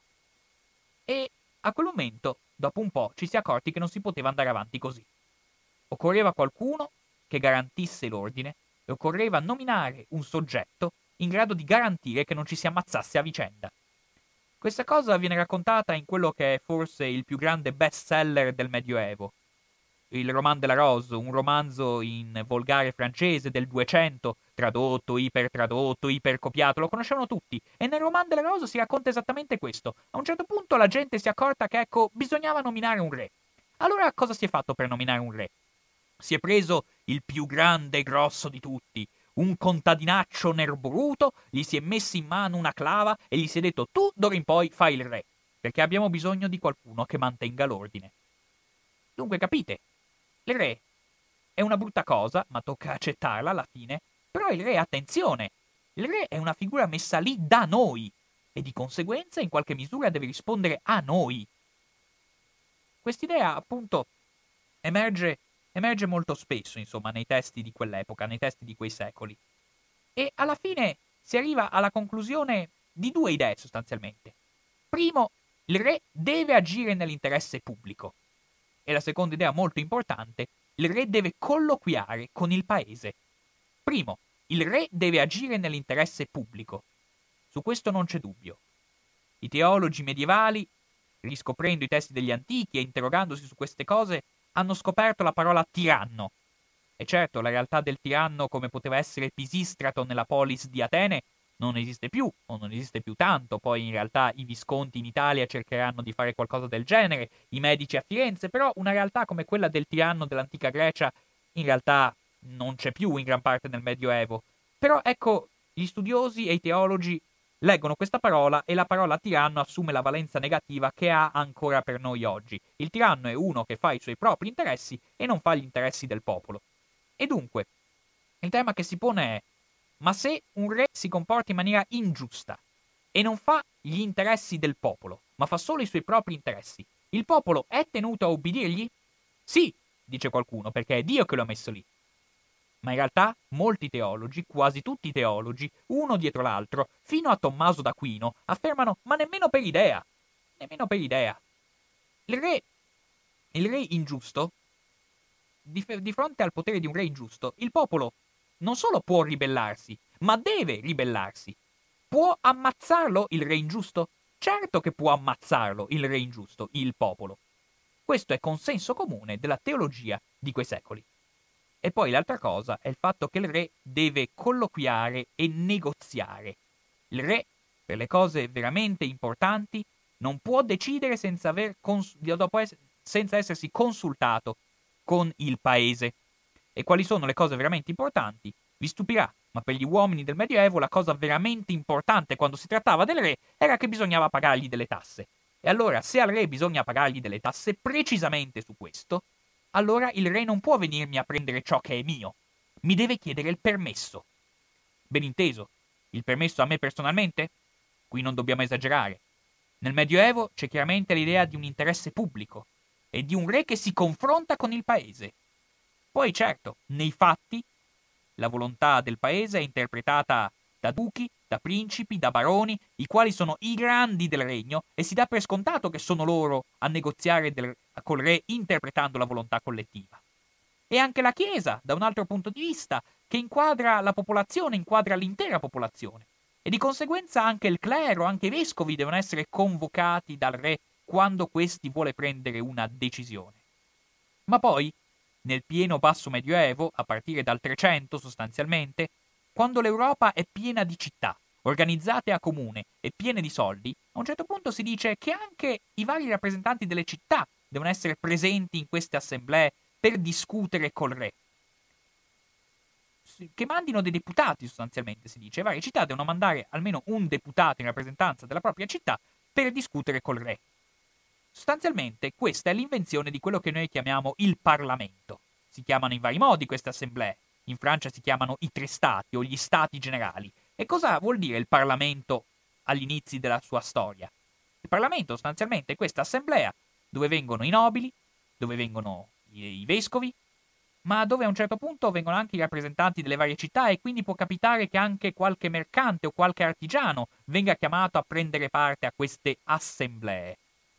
E a quel momento, dopo un po', ci si è accorti che non si poteva andare avanti così. Occorreva qualcuno che garantisse l'ordine e occorreva nominare un soggetto in grado di garantire che non ci si ammazzasse a vicenda. Questa cosa viene raccontata in quello che è forse il più grande best-seller del Medioevo, il Roman de la Rose, un romanzo in volgare francese del duecento, tradotto, ipertradotto, ipercopiato, lo conoscevano tutti. E nel Roman de la Rose si racconta esattamente questo. A un certo punto la gente si è accorta che, ecco, bisognava nominare un re. Allora cosa si è fatto per nominare un re? Si è preso il più grande e grosso di tutti, un contadinaccio nerboruto, gli si è messo in mano una clava e gli si è detto tu d'ora in poi fai il re, perché abbiamo bisogno di qualcuno che mantenga l'ordine. Dunque capite, il re è una brutta cosa, ma tocca accettarla alla fine, però il re, attenzione, il re è una figura messa lì da noi e di conseguenza in qualche misura deve rispondere a noi. Quest'idea, appunto, emerge, emerge molto spesso, insomma, nei testi di quell'epoca, nei testi di quei secoli. E alla fine si arriva alla conclusione di due idee, sostanzialmente. Primo, il re deve agire nell'interesse pubblico. E la seconda idea molto importante, il re deve colloquiare con il paese. Primo, il re deve agire nell'interesse pubblico. Su questo non c'è dubbio. I teologi medievali, riscoprendo i testi degli antichi e interrogandosi su queste cose, hanno scoperto la parola tiranno. E certo, la realtà del tiranno, come poteva essere Pisistrato nella polis di Atene, non esiste più, o non esiste più tanto. Poi in realtà i Visconti in Italia cercheranno di fare qualcosa del genere, i Medici a Firenze, però una realtà come quella del tiranno dell'antica Grecia in realtà non c'è più in gran parte nel Medioevo. Però ecco, gli studiosi e i teologi leggono questa parola e la parola tiranno assume la valenza negativa che ha ancora per noi oggi. Il tiranno è uno che fa i suoi propri interessi e non fa gli interessi del popolo. E dunque, il tema che si pone è: ma se un re si comporta in maniera ingiusta e non fa gli interessi del popolo, ma fa solo i suoi propri interessi, il popolo è tenuto a ubbidirgli? Sì, dice qualcuno, perché è Dio che lo ha messo lì. Ma in realtà molti teologi, quasi tutti i teologi, uno dietro l'altro, fino a Tommaso d'Aquino, affermano: ma nemmeno per idea, nemmeno per idea. Il re il re ingiusto, di, di fronte al potere di un re ingiusto, il popolo non solo può ribellarsi, ma deve ribellarsi. Può ammazzarlo il re ingiusto? Certo che può ammazzarlo il re ingiusto, il popolo. Questo è consenso comune della teologia di quei secoli. E poi l'altra cosa è il fatto che il re deve colloquiare e negoziare. Il re, per le cose veramente importanti, non può decidere senza, aver cons- dopo ess- senza essersi consultato con il paese. E quali sono le cose veramente importanti? Vi stupirà, ma per gli uomini del Medioevo la cosa veramente importante quando si trattava del re era che bisognava pagargli delle tasse. E allora, se al re bisogna pagargli delle tasse precisamente su questo, allora il re non può venirmi a prendere ciò che è mio. Mi deve chiedere il permesso. Ben inteso, il permesso a me personalmente? Qui non dobbiamo esagerare. Nel Medioevo c'è chiaramente l'idea di un interesse pubblico e di un re che si confronta con il paese. Poi certo, nei fatti, la volontà del paese è interpretata da duchi, da principi, da baroni, i quali sono i grandi del regno, e si dà per scontato che sono loro a negoziare del, col re interpretando la volontà collettiva. E anche la Chiesa, da un altro punto di vista, che inquadra la popolazione, inquadra l'intera popolazione. E di conseguenza anche il clero, anche i vescovi devono essere convocati dal re quando questi vuole prendere una decisione. Ma poi, nel pieno basso medioevo, a partire dal trecento sostanzialmente, quando l'Europa è piena di città, organizzate a comune e piene di soldi, a un certo punto si dice che anche i vari rappresentanti delle città devono essere presenti in queste assemblee per discutere col re. Che mandino dei deputati, sostanzialmente si dice. Le varie città devono mandare almeno un deputato in rappresentanza della propria città per discutere col re. Sostanzialmente questa è l'invenzione di quello che noi chiamiamo il Parlamento. Si chiamano in vari modi queste assemblee. In Francia si chiamano i tre stati o gli stati generali. E cosa vuol dire il Parlamento agli inizi della sua storia? Il Parlamento sostanzialmente è questa assemblea dove vengono i nobili, dove vengono i, i vescovi, ma dove a un certo punto vengono anche i rappresentanti delle varie città, e quindi può capitare che anche qualche mercante o qualche artigiano venga chiamato a prendere parte a queste assemblee.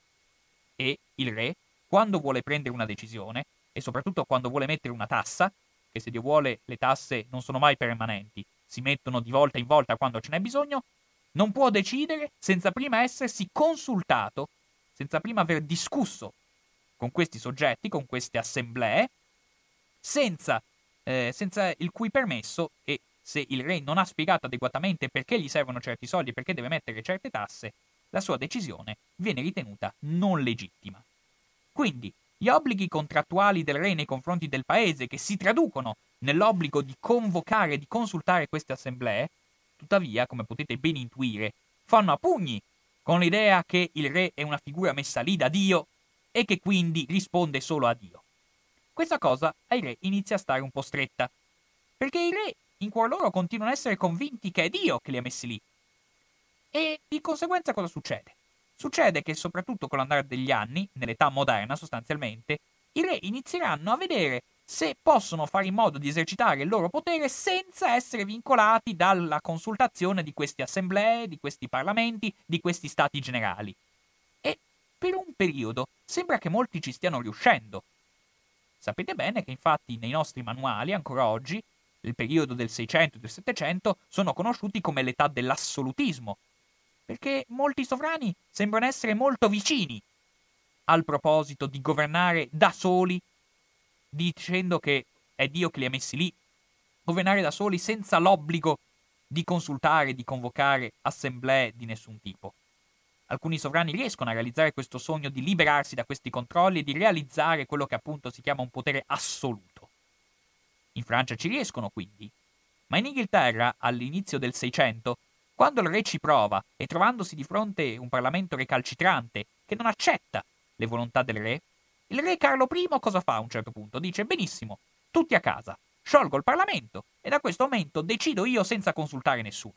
E il re, quando vuole prendere una decisione, e soprattutto quando vuole mettere una tassa, che se Dio vuole le tasse non sono mai permanenti, si mettono di volta in volta quando ce n'è bisogno, non può decidere senza prima essersi consultato, senza prima aver discusso con questi soggetti, con queste assemblee, senza, eh, senza il cui permesso, e se il re non ha spiegato adeguatamente perché gli servono certi soldi e perché deve mettere certe tasse, la sua decisione viene ritenuta non legittima. Quindi, gli obblighi contrattuali del re nei confronti del paese, che si traducono nell'obbligo di convocare e di consultare queste assemblee, tuttavia, come potete ben intuire, fanno a pugni con l'idea che il re è una figura messa lì da Dio e che quindi risponde solo a Dio. Questa cosa ai re inizia a stare un po' stretta, perché i re in cuor loro continuano a essere convinti che è Dio che li ha messi lì. E di conseguenza cosa succede? Succede che soprattutto con l'andare degli anni, nell'età moderna sostanzialmente, i re inizieranno a vedere se possono fare in modo di esercitare il loro potere senza essere vincolati dalla consultazione di queste assemblee, di questi parlamenti, di questi stati generali. E per un periodo sembra che molti ci stiano riuscendo. Sapete bene che infatti nei nostri manuali, ancora oggi, il periodo del Seicento e del Settecento sono conosciuti come l'età dell'assolutismo, perché molti sovrani sembrano essere molto vicini al proposito di governare da soli, dicendo che è Dio che li ha messi lì, governare da soli senza l'obbligo di consultare, di convocare assemblee di nessun tipo. Alcuni sovrani riescono a realizzare questo sogno di liberarsi da questi controlli e di realizzare quello che appunto si chiama un potere assoluto. In Francia ci riescono quindi, ma in Inghilterra, all'inizio del Seicento, quando il re ci prova e trovandosi di fronte un Parlamento recalcitrante che non accetta le volontà del re, il re Carlo primo cosa fa a un certo punto? Dice: benissimo, tutti a casa, sciolgo il Parlamento e da questo momento decido io senza consultare nessuno.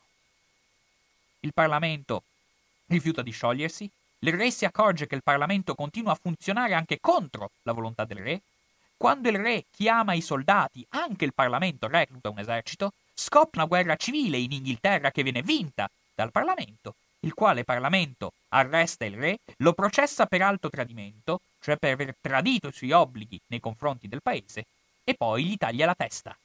Il Parlamento rifiuta di sciogliersi, il re si accorge che il Parlamento continua a funzionare anche contro la volontà del re. Quando il re chiama i soldati, anche il Parlamento recluta un esercito, scoppia una guerra civile in Inghilterra che viene vinta dal Parlamento, il quale Parlamento arresta il re, lo processa per alto tradimento, cioè per aver tradito i suoi obblighi nei confronti del paese, e poi gli taglia la testa.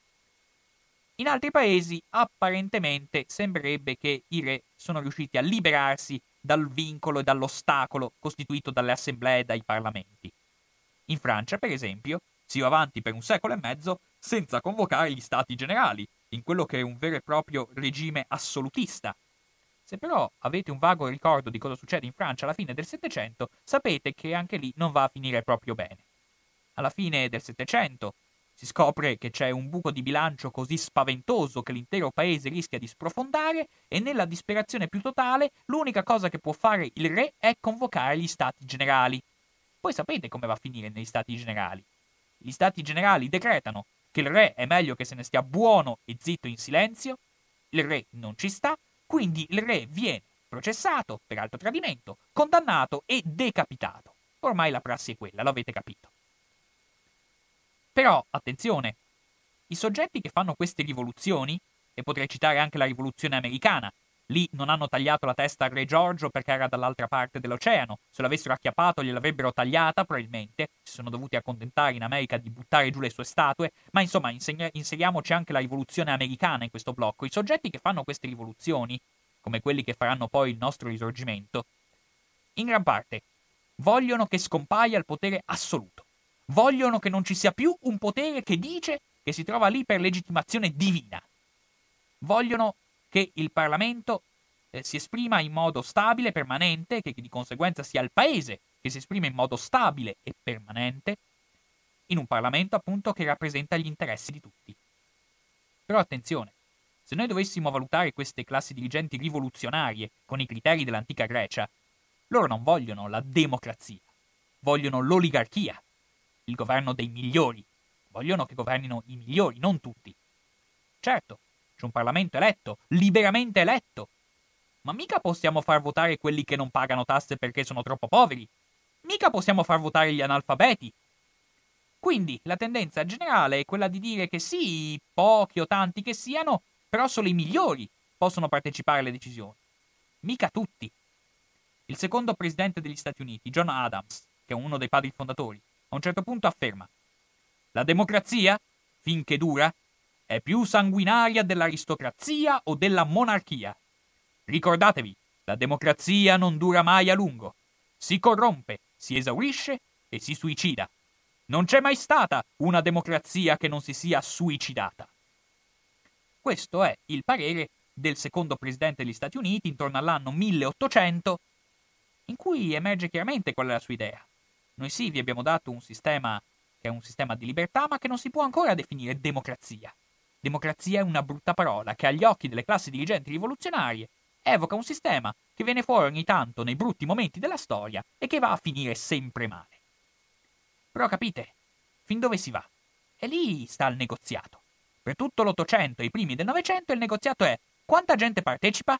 In altri paesi, apparentemente, sembrerebbe che i re sono riusciti a liberarsi dal vincolo e dall'ostacolo costituito dalle assemblee e dai parlamenti. In Francia, per esempio, si va avanti per un secolo e mezzo senza convocare gli stati generali, in quello che è un vero e proprio regime assolutista. Se però avete un vago ricordo di cosa succede in Francia alla fine del Settecento, sapete che anche lì non va a finire proprio bene. Alla fine del Settecento si scopre che c'è un buco di bilancio così spaventoso che l'intero paese rischia di sprofondare e nella disperazione più totale l'unica cosa che può fare il re è convocare gli stati generali. Poi sapete come va a finire negli stati generali. Gli stati generali decretano che il re è meglio che se ne stia buono e zitto in silenzio, il re non ci sta, quindi il re viene processato per alto tradimento, condannato e decapitato. Ormai la prassi è quella, l'avete capito. Però, attenzione, i soggetti che fanno queste rivoluzioni, e potrei citare anche la rivoluzione americana, lì non hanno tagliato la testa al re Giorgio perché era dall'altra parte dell'oceano, se l'avessero acchiappato gliel'avrebbero tagliata probabilmente, si sono dovuti accontentare in America di buttare giù le sue statue, ma insomma insegna- inseriamoci anche la rivoluzione americana in questo blocco. I soggetti che fanno queste rivoluzioni, come quelli che faranno poi il nostro risorgimento, in gran parte vogliono che scompaia il potere assoluto. Vogliono che non ci sia più un potere che dice che si trova lì per legittimazione divina. Vogliono che il Parlamento eh, si esprima in modo stabile, permanente, che di conseguenza sia il Paese che si esprime in modo stabile e permanente, in un Parlamento appunto che rappresenta gli interessi di tutti. Però attenzione, se noi dovessimo valutare queste classi dirigenti rivoluzionarie con i criteri dell'antica Grecia, loro non vogliono la democrazia, vogliono l'oligarchia, il governo dei migliori. Vogliono che governino i migliori, non tutti. Certo, c'è un Parlamento eletto, liberamente eletto. Ma mica possiamo far votare quelli che non pagano tasse perché sono troppo poveri. Mica possiamo far votare gli analfabeti. Quindi la tendenza generale è quella di dire che sì, pochi o tanti che siano, però solo i migliori possono partecipare alle decisioni. Mica tutti. Il secondo presidente degli Stati Uniti, John Adams, che è uno dei padri fondatori, a un certo punto afferma: la democrazia, finché dura, è più sanguinaria dell'aristocrazia o della monarchia. Ricordatevi, la democrazia non dura mai a lungo. Si corrompe, si esaurisce e si suicida. Non c'è mai stata una democrazia che non si sia suicidata. Questo è il parere del secondo presidente degli Stati Uniti intorno all'anno milleottocento, in cui emerge chiaramente qual è la sua idea. Noi sì, vi abbiamo dato un sistema che è un sistema di libertà, ma che non si può ancora definire democrazia. Democrazia è una brutta parola che agli occhi delle classi dirigenti rivoluzionarie evoca un sistema che viene fuori ogni tanto nei brutti momenti della storia e che va a finire sempre male. Però capite, fin dove si va? E lì sta il negoziato. Per tutto l'Ottocento e i primi del Novecento il negoziato è: quanta gente partecipa?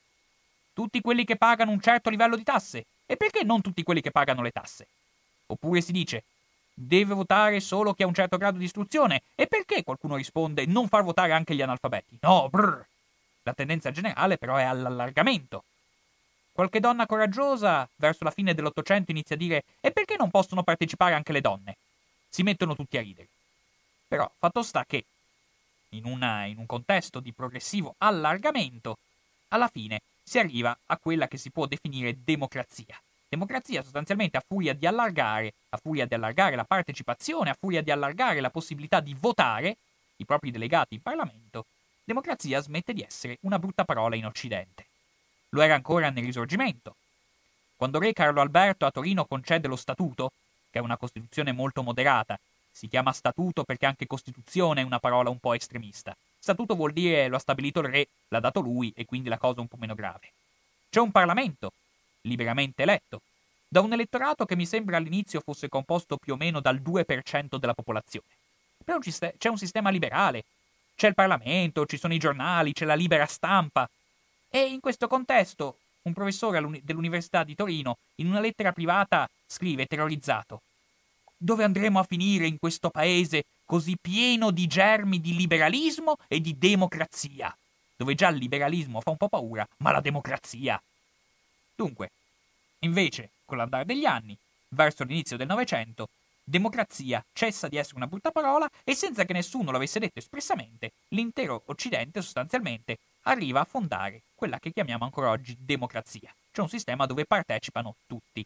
Tutti quelli che pagano un certo livello di tasse. E perché non tutti quelli che pagano le tasse? Oppure si dice: deve votare solo chi ha un certo grado di istruzione. E perché qualcuno risponde: non far votare anche gli analfabeti? No, brr. La tendenza generale però è all'allargamento. Qualche donna coraggiosa verso la fine dell'Ottocento inizia a dire: e perché non possono partecipare anche le donne? Si mettono tutti a ridere. Però fatto sta che in, una, in un contesto di progressivo allargamento, alla fine si arriva a quella che si può definire democrazia. Democrazia sostanzialmente a furia di allargare, a furia di allargare la partecipazione, a furia di allargare la possibilità di votare i propri delegati in Parlamento, democrazia smette di essere una brutta parola in Occidente. Lo era ancora nel Risorgimento. Quando re Carlo Alberto a Torino concede lo Statuto, che è una Costituzione molto moderata, si chiama Statuto perché anche Costituzione è una parola un po' estremista. Statuto vuol dire lo ha stabilito il re, l'ha dato lui e quindi la cosa un po' meno grave. C'è un Parlamento, liberamente eletto, da un elettorato che mi sembra all'inizio fosse composto più o meno dal due per cento della popolazione. Però c'è un sistema liberale, c'è il Parlamento, ci sono i giornali, c'è la libera stampa. E in questo contesto un professore dell'Università di Torino, in una lettera privata, scrive terrorizzato: dove andremo a finire in questo paese così pieno di germi di liberalismo e di democrazia? Dove già il liberalismo fa un po' paura, ma la democrazia. Dunque, invece, con l'andare degli anni, verso l'inizio del Novecento, democrazia cessa di essere una brutta parola e senza che nessuno lo avesse detto espressamente, l'intero Occidente sostanzialmente arriva a fondare quella che chiamiamo ancora oggi democrazia, cioè un sistema dove partecipano tutti.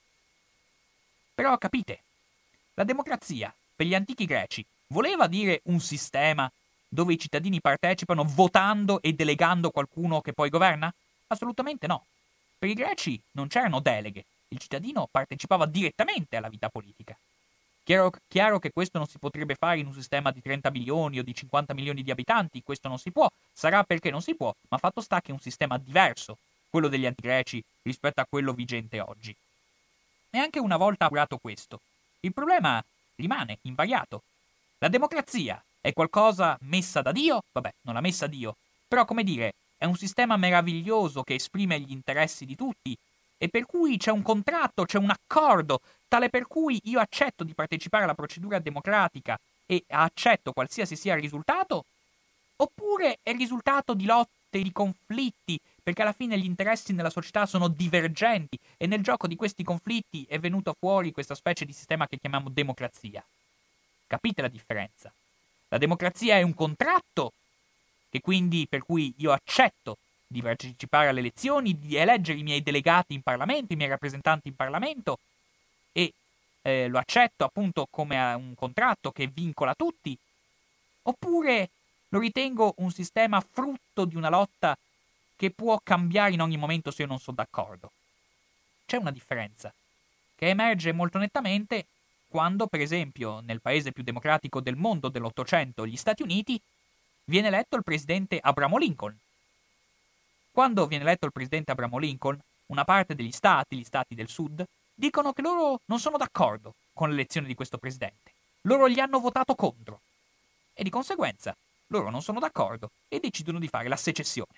Però capite, la democrazia per gli antichi greci voleva dire un sistema dove i cittadini partecipano votando e delegando qualcuno che poi governa? Assolutamente no. Per i greci non c'erano deleghe, il cittadino partecipava direttamente alla vita politica. Chiaro, chiaro che questo non si potrebbe fare in un sistema di trenta milioni o di cinquanta milioni di abitanti, questo non si può, sarà perché non si può, ma fatto sta che è un sistema diverso, quello degli antichi greci, rispetto a quello vigente oggi. E anche una volta appurato questo, il problema rimane invariato. La democrazia è qualcosa messa da Dio? Vabbè, non l'ha messa Dio, però come dire, è un sistema meraviglioso che esprime gli interessi di tutti e per cui c'è un contratto, c'è un accordo, tale per cui io accetto di partecipare alla procedura democratica e accetto qualsiasi sia il risultato? Oppure è il risultato di lotte, di conflitti, perché alla fine gli interessi nella società sono divergenti e nel gioco di questi conflitti è venuto fuori questa specie di sistema che chiamiamo democrazia. Capite la differenza? La democrazia è un contratto, che quindi per cui io accetto di partecipare alle elezioni, di eleggere i miei delegati in Parlamento, i miei rappresentanti in Parlamento, e eh, lo accetto appunto come un contratto che vincola tutti, oppure lo ritengo un sistema frutto di una lotta che può cambiare in ogni momento se io non sono d'accordo. C'è una differenza, che emerge molto nettamente quando, per esempio, nel paese più democratico del mondo dell'Ottocento, gli Stati Uniti, viene eletto il presidente Abraham Lincoln. Quando viene eletto il presidente Abraham Lincoln, una parte degli stati, gli stati del sud, dicono che loro non sono d'accordo con l'elezione di questo presidente. Loro gli hanno votato contro. E di conseguenza, loro non sono d'accordo e decidono di fare la secessione.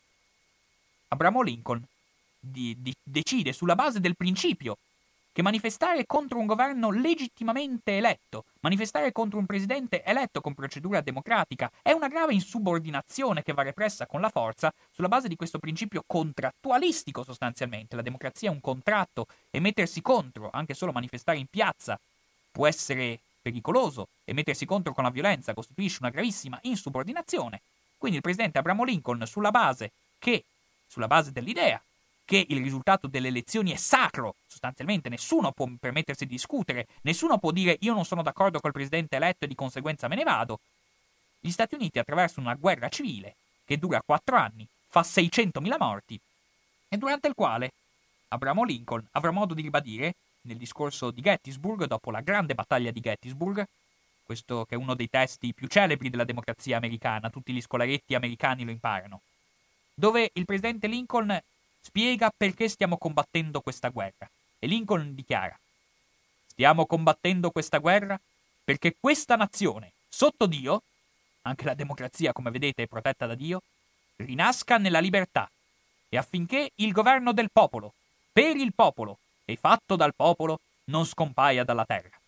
Abraham Lincoln di, di, decide sulla base del principio che manifestare contro un governo legittimamente eletto, manifestare contro un presidente eletto con procedura democratica, è una grave insubordinazione che va repressa con la forza sulla base di questo principio contrattualistico sostanzialmente. La democrazia è un contratto e mettersi contro, anche solo manifestare in piazza, può essere pericoloso e mettersi contro con la violenza costituisce una gravissima insubordinazione. Quindi il presidente Abraham Lincoln, sulla base che, sulla base dell'idea che il risultato delle elezioni è sacro, sostanzialmente nessuno può permettersi di discutere, nessuno può dire io non sono d'accordo col presidente eletto e di conseguenza me ne vado, gli Stati Uniti attraverso una guerra civile che dura quattro anni, fa seicentomila morti e durante il quale Abraham Lincoln avrà modo di ribadire nel discorso di Gettysburg, dopo la grande battaglia di Gettysburg, questo che è uno dei testi più celebri della democrazia americana, tutti gli scolaretti americani lo imparano, dove il presidente Lincoln spiega perché stiamo combattendo questa guerra. E Lincoln dichiara: stiamo combattendo questa guerra perché questa nazione, sotto Dio, anche la democrazia come vedete è protetta da Dio, rinasca nella libertà e affinché il governo del popolo, per il popolo e fatto dal popolo, non scompaia dalla terra.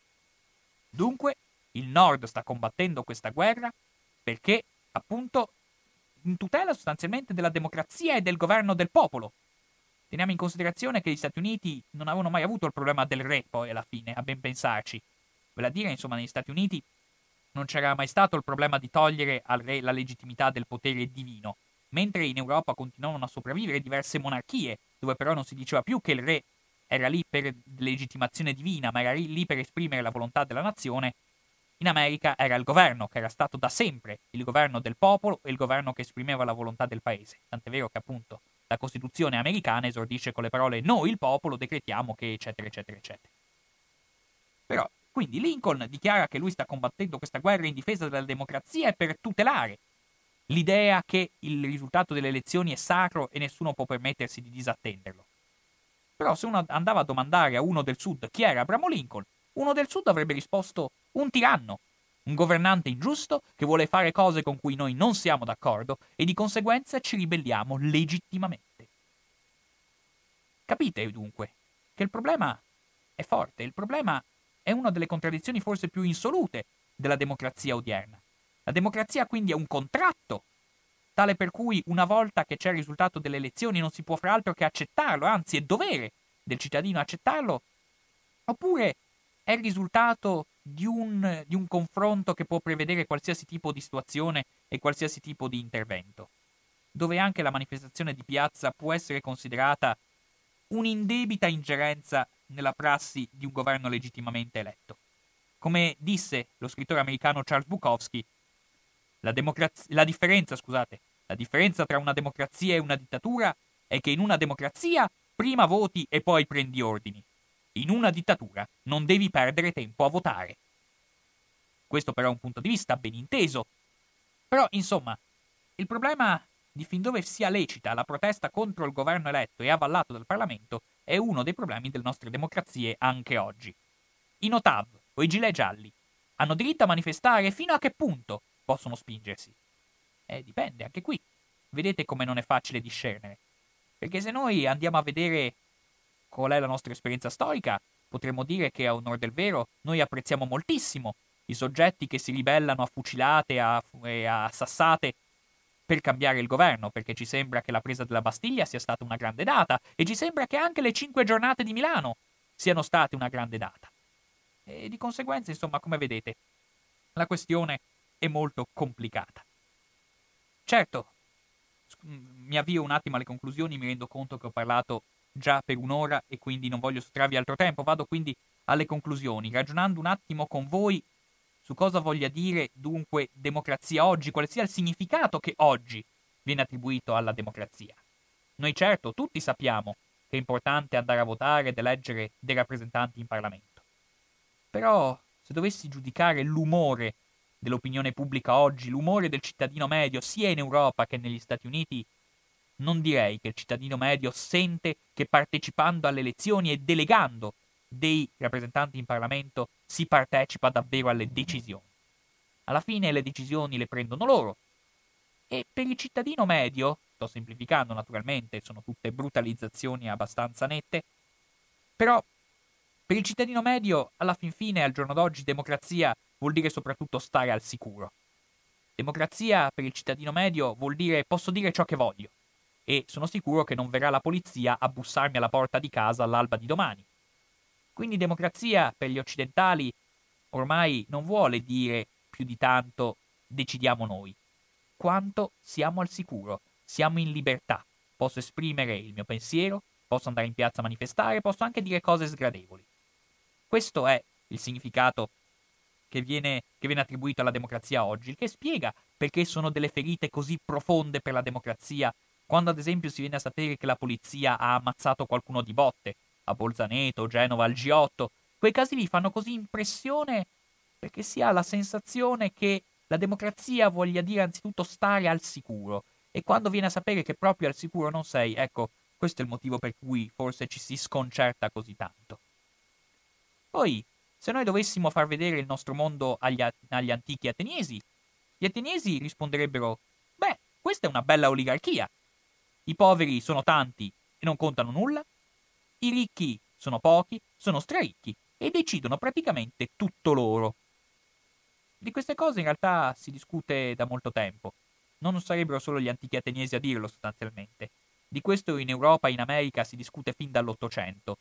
Dunque, il Nord sta combattendo questa guerra perché, appunto, in tutela sostanzialmente della democrazia e del governo del popolo. Teniamo in considerazione che gli Stati Uniti non avevano mai avuto il problema del re, poi alla fine, a ben pensarci. Vale a dire, insomma, negli Stati Uniti non c'era mai stato il problema di togliere al re la legittimità del potere divino, mentre in Europa continuavano a sopravvivere diverse monarchie, dove però non si diceva più che il re era lì per legittimazione divina, ma era lì per esprimere la volontà della nazione. In America era il governo, che era stato da sempre il governo del popolo e il governo che esprimeva la volontà del paese. Tant'è vero che appunto la Costituzione americana esordisce con le parole noi il popolo decretiamo che eccetera eccetera eccetera. Però, quindi Lincoln dichiara che lui sta combattendo questa guerra in difesa della democrazia e per tutelare l'idea che il risultato delle elezioni è sacro e nessuno può permettersi di disattenderlo. Però se uno andava a domandare a uno del Sud chi era Abraham Lincoln, uno del Sud avrebbe risposto un tiranno, un governante ingiusto che vuole fare cose con cui noi non siamo d'accordo e di conseguenza ci ribelliamo legittimamente. Capite dunque che il problema è forte, il problema è una delle contraddizioni forse più insolute della democrazia odierna. La democrazia quindi è un contratto, tale per cui una volta che c'è il risultato delle elezioni non si può fare altro che accettarlo, anzi è dovere del cittadino accettarlo, Oppure è il risultato di un, di un confronto che può prevedere qualsiasi tipo di situazione e qualsiasi tipo di intervento, dove anche la manifestazione di piazza può essere considerata un'indebita ingerenza nella prassi di un governo legittimamente eletto. Come disse lo scrittore americano Charles Bukowski, la, democraz- la differenza, scusate, la differenza tra una democrazia e una dittatura è che in una democrazia prima voti e poi prendi ordini. In una dittatura non devi perdere tempo a votare. Questo però è un punto di vista ben inteso. Però, insomma, il problema di fin dove sia lecita la protesta contro il governo eletto e avallato dal Parlamento è uno dei problemi delle nostre democrazie anche oggi. I Notav o i gilet gialli hanno diritto a manifestare? Fino a che punto possono spingersi? Eh, dipende, anche qui. Vedete come non è facile discernere. Perché se noi andiamo a vedere qual è la nostra esperienza storica, potremmo dire che a onor del vero noi apprezziamo moltissimo i soggetti che si ribellano a fucilate a, e a sassate per cambiare il governo, perché ci sembra che la presa della Bastiglia sia stata una grande data e ci sembra che anche le cinque giornate di Milano siano state una grande data. E di conseguenza, insomma, come vedete, la questione è molto complicata. Certo, mi avvio un attimo alle conclusioni, mi rendo conto che ho parlato già per un'ora e quindi non voglio sottrarvi altro tempo. Vado quindi alle conclusioni, ragionando un attimo con voi su cosa voglia dire dunque democrazia oggi, quale sia il significato che oggi viene attribuito alla democrazia. Noi certo tutti sappiamo che è importante andare a votare ed eleggere dei rappresentanti in Parlamento. Però se dovessi giudicare l'umore dell'opinione pubblica oggi, l'umore del cittadino medio sia in Europa che negli Stati Uniti, non direi che il cittadino medio sente che partecipando alle elezioni e delegando dei rappresentanti in Parlamento si partecipa davvero alle decisioni. Alla fine le decisioni le prendono loro. E per il cittadino medio, sto semplificando naturalmente, sono tutte brutalizzazioni abbastanza nette, però per il cittadino medio, alla fin fine, al giorno d'oggi, democrazia vuol dire soprattutto stare al sicuro. Democrazia per il cittadino medio vuol dire posso dire ciò che voglio e sono sicuro che non verrà la polizia a bussarmi alla porta di casa all'alba di domani. Quindi democrazia per gli occidentali ormai non vuole dire più di tanto decidiamo noi, quanto siamo al sicuro, siamo in libertà, posso esprimere il mio pensiero, posso andare in piazza a manifestare, posso anche dire cose sgradevoli. Questo è il significato che viene, che viene attribuito alla democrazia oggi, il che spiega perché sono delle ferite così profonde per la democrazia, quando ad esempio si viene a sapere che la polizia ha ammazzato qualcuno di botte, a Bolzaneto, Genova, al G otto. Quei casi lì fanno così impressione perché si ha la sensazione che la democrazia voglia dire anzitutto stare al sicuro, e quando viene a sapere che proprio al sicuro non sei, ecco, questo è il motivo per cui forse ci si sconcerta così tanto. Poi, se noi dovessimo far vedere il nostro mondo agli, agli antichi ateniesi, gli ateniesi risponderebbero: beh, questa è una bella oligarchia. I poveri sono tanti e non contano nulla, i ricchi sono pochi, sono straricchi e decidono praticamente tutto loro. Di queste cose in realtà si discute da molto tempo. Non sarebbero solo gli antichi ateniesi a dirlo sostanzialmente. Di questo in Europa e in America si discute fin dall'Ottocento.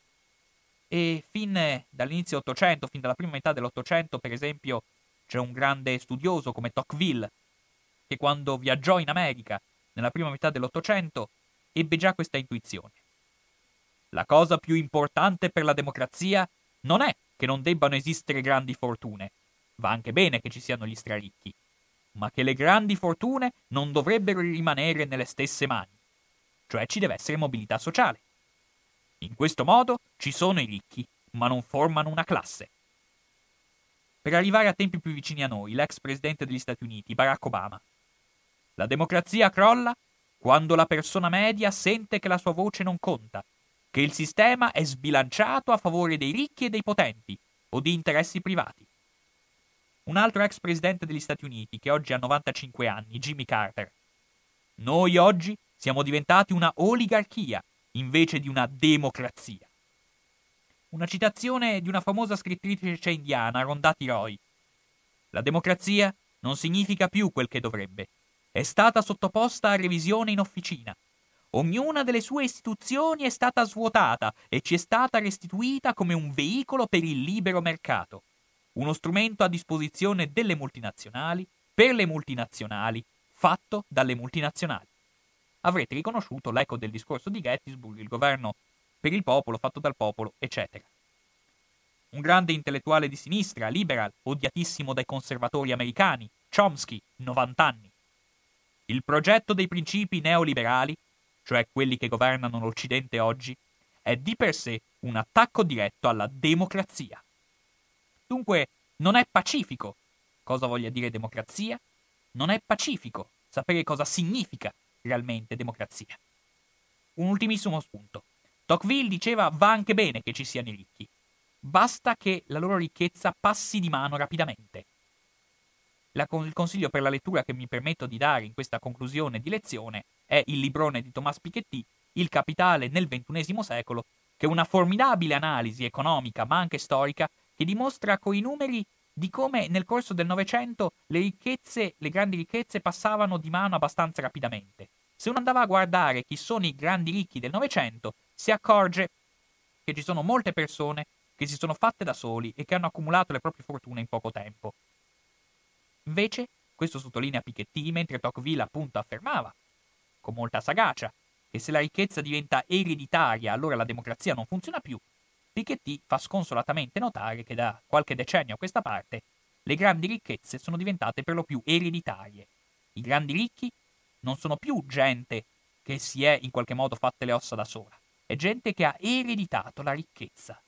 E fin dall'inizio Ottocento, fin dalla prima metà dell'Ottocento, per esempio, c'è un grande studioso come Tocqueville, che quando viaggiò in America, nella prima metà dell'Ottocento, ebbe già questa intuizione. La cosa più importante per la democrazia non è che non debbano esistere grandi fortune, va anche bene che ci siano gli straricchi, ma che le grandi fortune non dovrebbero rimanere nelle stesse mani, cioè ci deve essere mobilità sociale. In questo modo ci sono i ricchi, ma non formano una classe. Per arrivare a tempi più vicini a noi, l'ex presidente degli Stati Uniti, Barack Obama. La democrazia crolla quando la persona media sente che la sua voce non conta, che il sistema è sbilanciato a favore dei ricchi e dei potenti o di interessi privati. Un altro ex presidente degli Stati Uniti, che oggi ha novantacinque anni, Jimmy Carter. Noi oggi siamo diventati una oligarchia invece di una democrazia. Una citazione di una famosa scrittrice indiana, Arundhati Roy. La democrazia non significa più quel che dovrebbe. È stata sottoposta a revisione in officina. Ognuna delle sue istituzioni è stata svuotata e ci è stata restituita come un veicolo per il libero mercato, uno strumento a disposizione delle multinazionali, per le multinazionali, fatto dalle multinazionali. Avrete riconosciuto l'eco del discorso di Gettysburg, il governo per il popolo, fatto dal popolo, eccetera. Un grande intellettuale di sinistra, liberal, odiatissimo dai conservatori americani, Chomsky, novanta anni. Il progetto dei principi neoliberali, cioè quelli che governano l'Occidente oggi, è di per sé un attacco diretto alla democrazia. Dunque, non è pacifico. Cosa voglia dire democrazia? Non è pacifico sapere cosa significa realmente democrazia. Un ultimissimo spunto. Tocqueville diceva: va anche bene che ci siano i ricchi. Basta che la loro ricchezza passi di mano rapidamente. La, il consiglio per la lettura che mi permetto di dare in questa conclusione di lezione è il librone di Thomas Piketty, Il capitale nel ventunesimo secolo, che è una formidabile analisi economica ma anche storica che dimostra coi numeri di come nel corso del Novecento le ricchezze, le grandi ricchezze passavano di mano abbastanza rapidamente. Se uno andava a guardare chi sono i grandi ricchi del Novecento, si accorge che ci sono molte persone che si sono fatte da soli e che hanno accumulato le proprie fortune in poco tempo. Invece, questo sottolinea Piketty, mentre Tocqueville appunto affermava, con molta sagacia, che se la ricchezza diventa ereditaria allora la democrazia non funziona più, Piketty fa sconsolatamente notare che da qualche decennio a questa parte le grandi ricchezze sono diventate per lo più ereditarie. I grandi ricchi non sono più gente che si è in qualche modo fatte le ossa da sola, è gente che ha ereditato la ricchezza.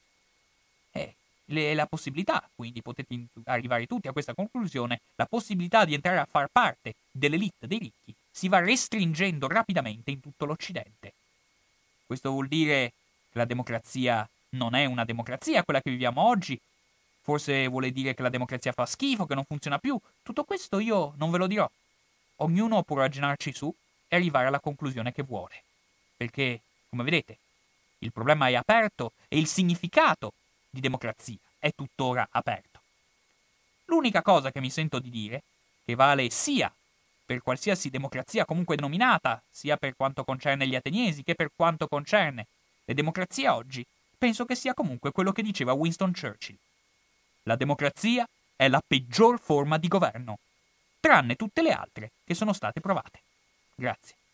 E le, la possibilità, quindi potete arrivare tutti a questa conclusione, la possibilità di entrare a far parte dell'elite dei ricchi si va restringendo rapidamente in tutto l'Occidente. Questo vuol dire che la democrazia non è una democrazia, quella che viviamo oggi. Forse vuole dire che la democrazia fa schifo, che non funziona più. Tutto questo io non ve lo dirò. Ognuno può ragionarci su e arrivare alla conclusione che vuole. Perché, come vedete, il problema è aperto e il significato di democrazia è tuttora aperto. L'unica cosa che mi sento di dire, che vale sia per qualsiasi democrazia comunque denominata, sia per quanto concerne gli ateniesi che per quanto concerne le democrazie oggi, penso che sia comunque quello che diceva Winston Churchill. La democrazia è la peggior forma di governo, tranne tutte le altre che sono state provate. Grazie.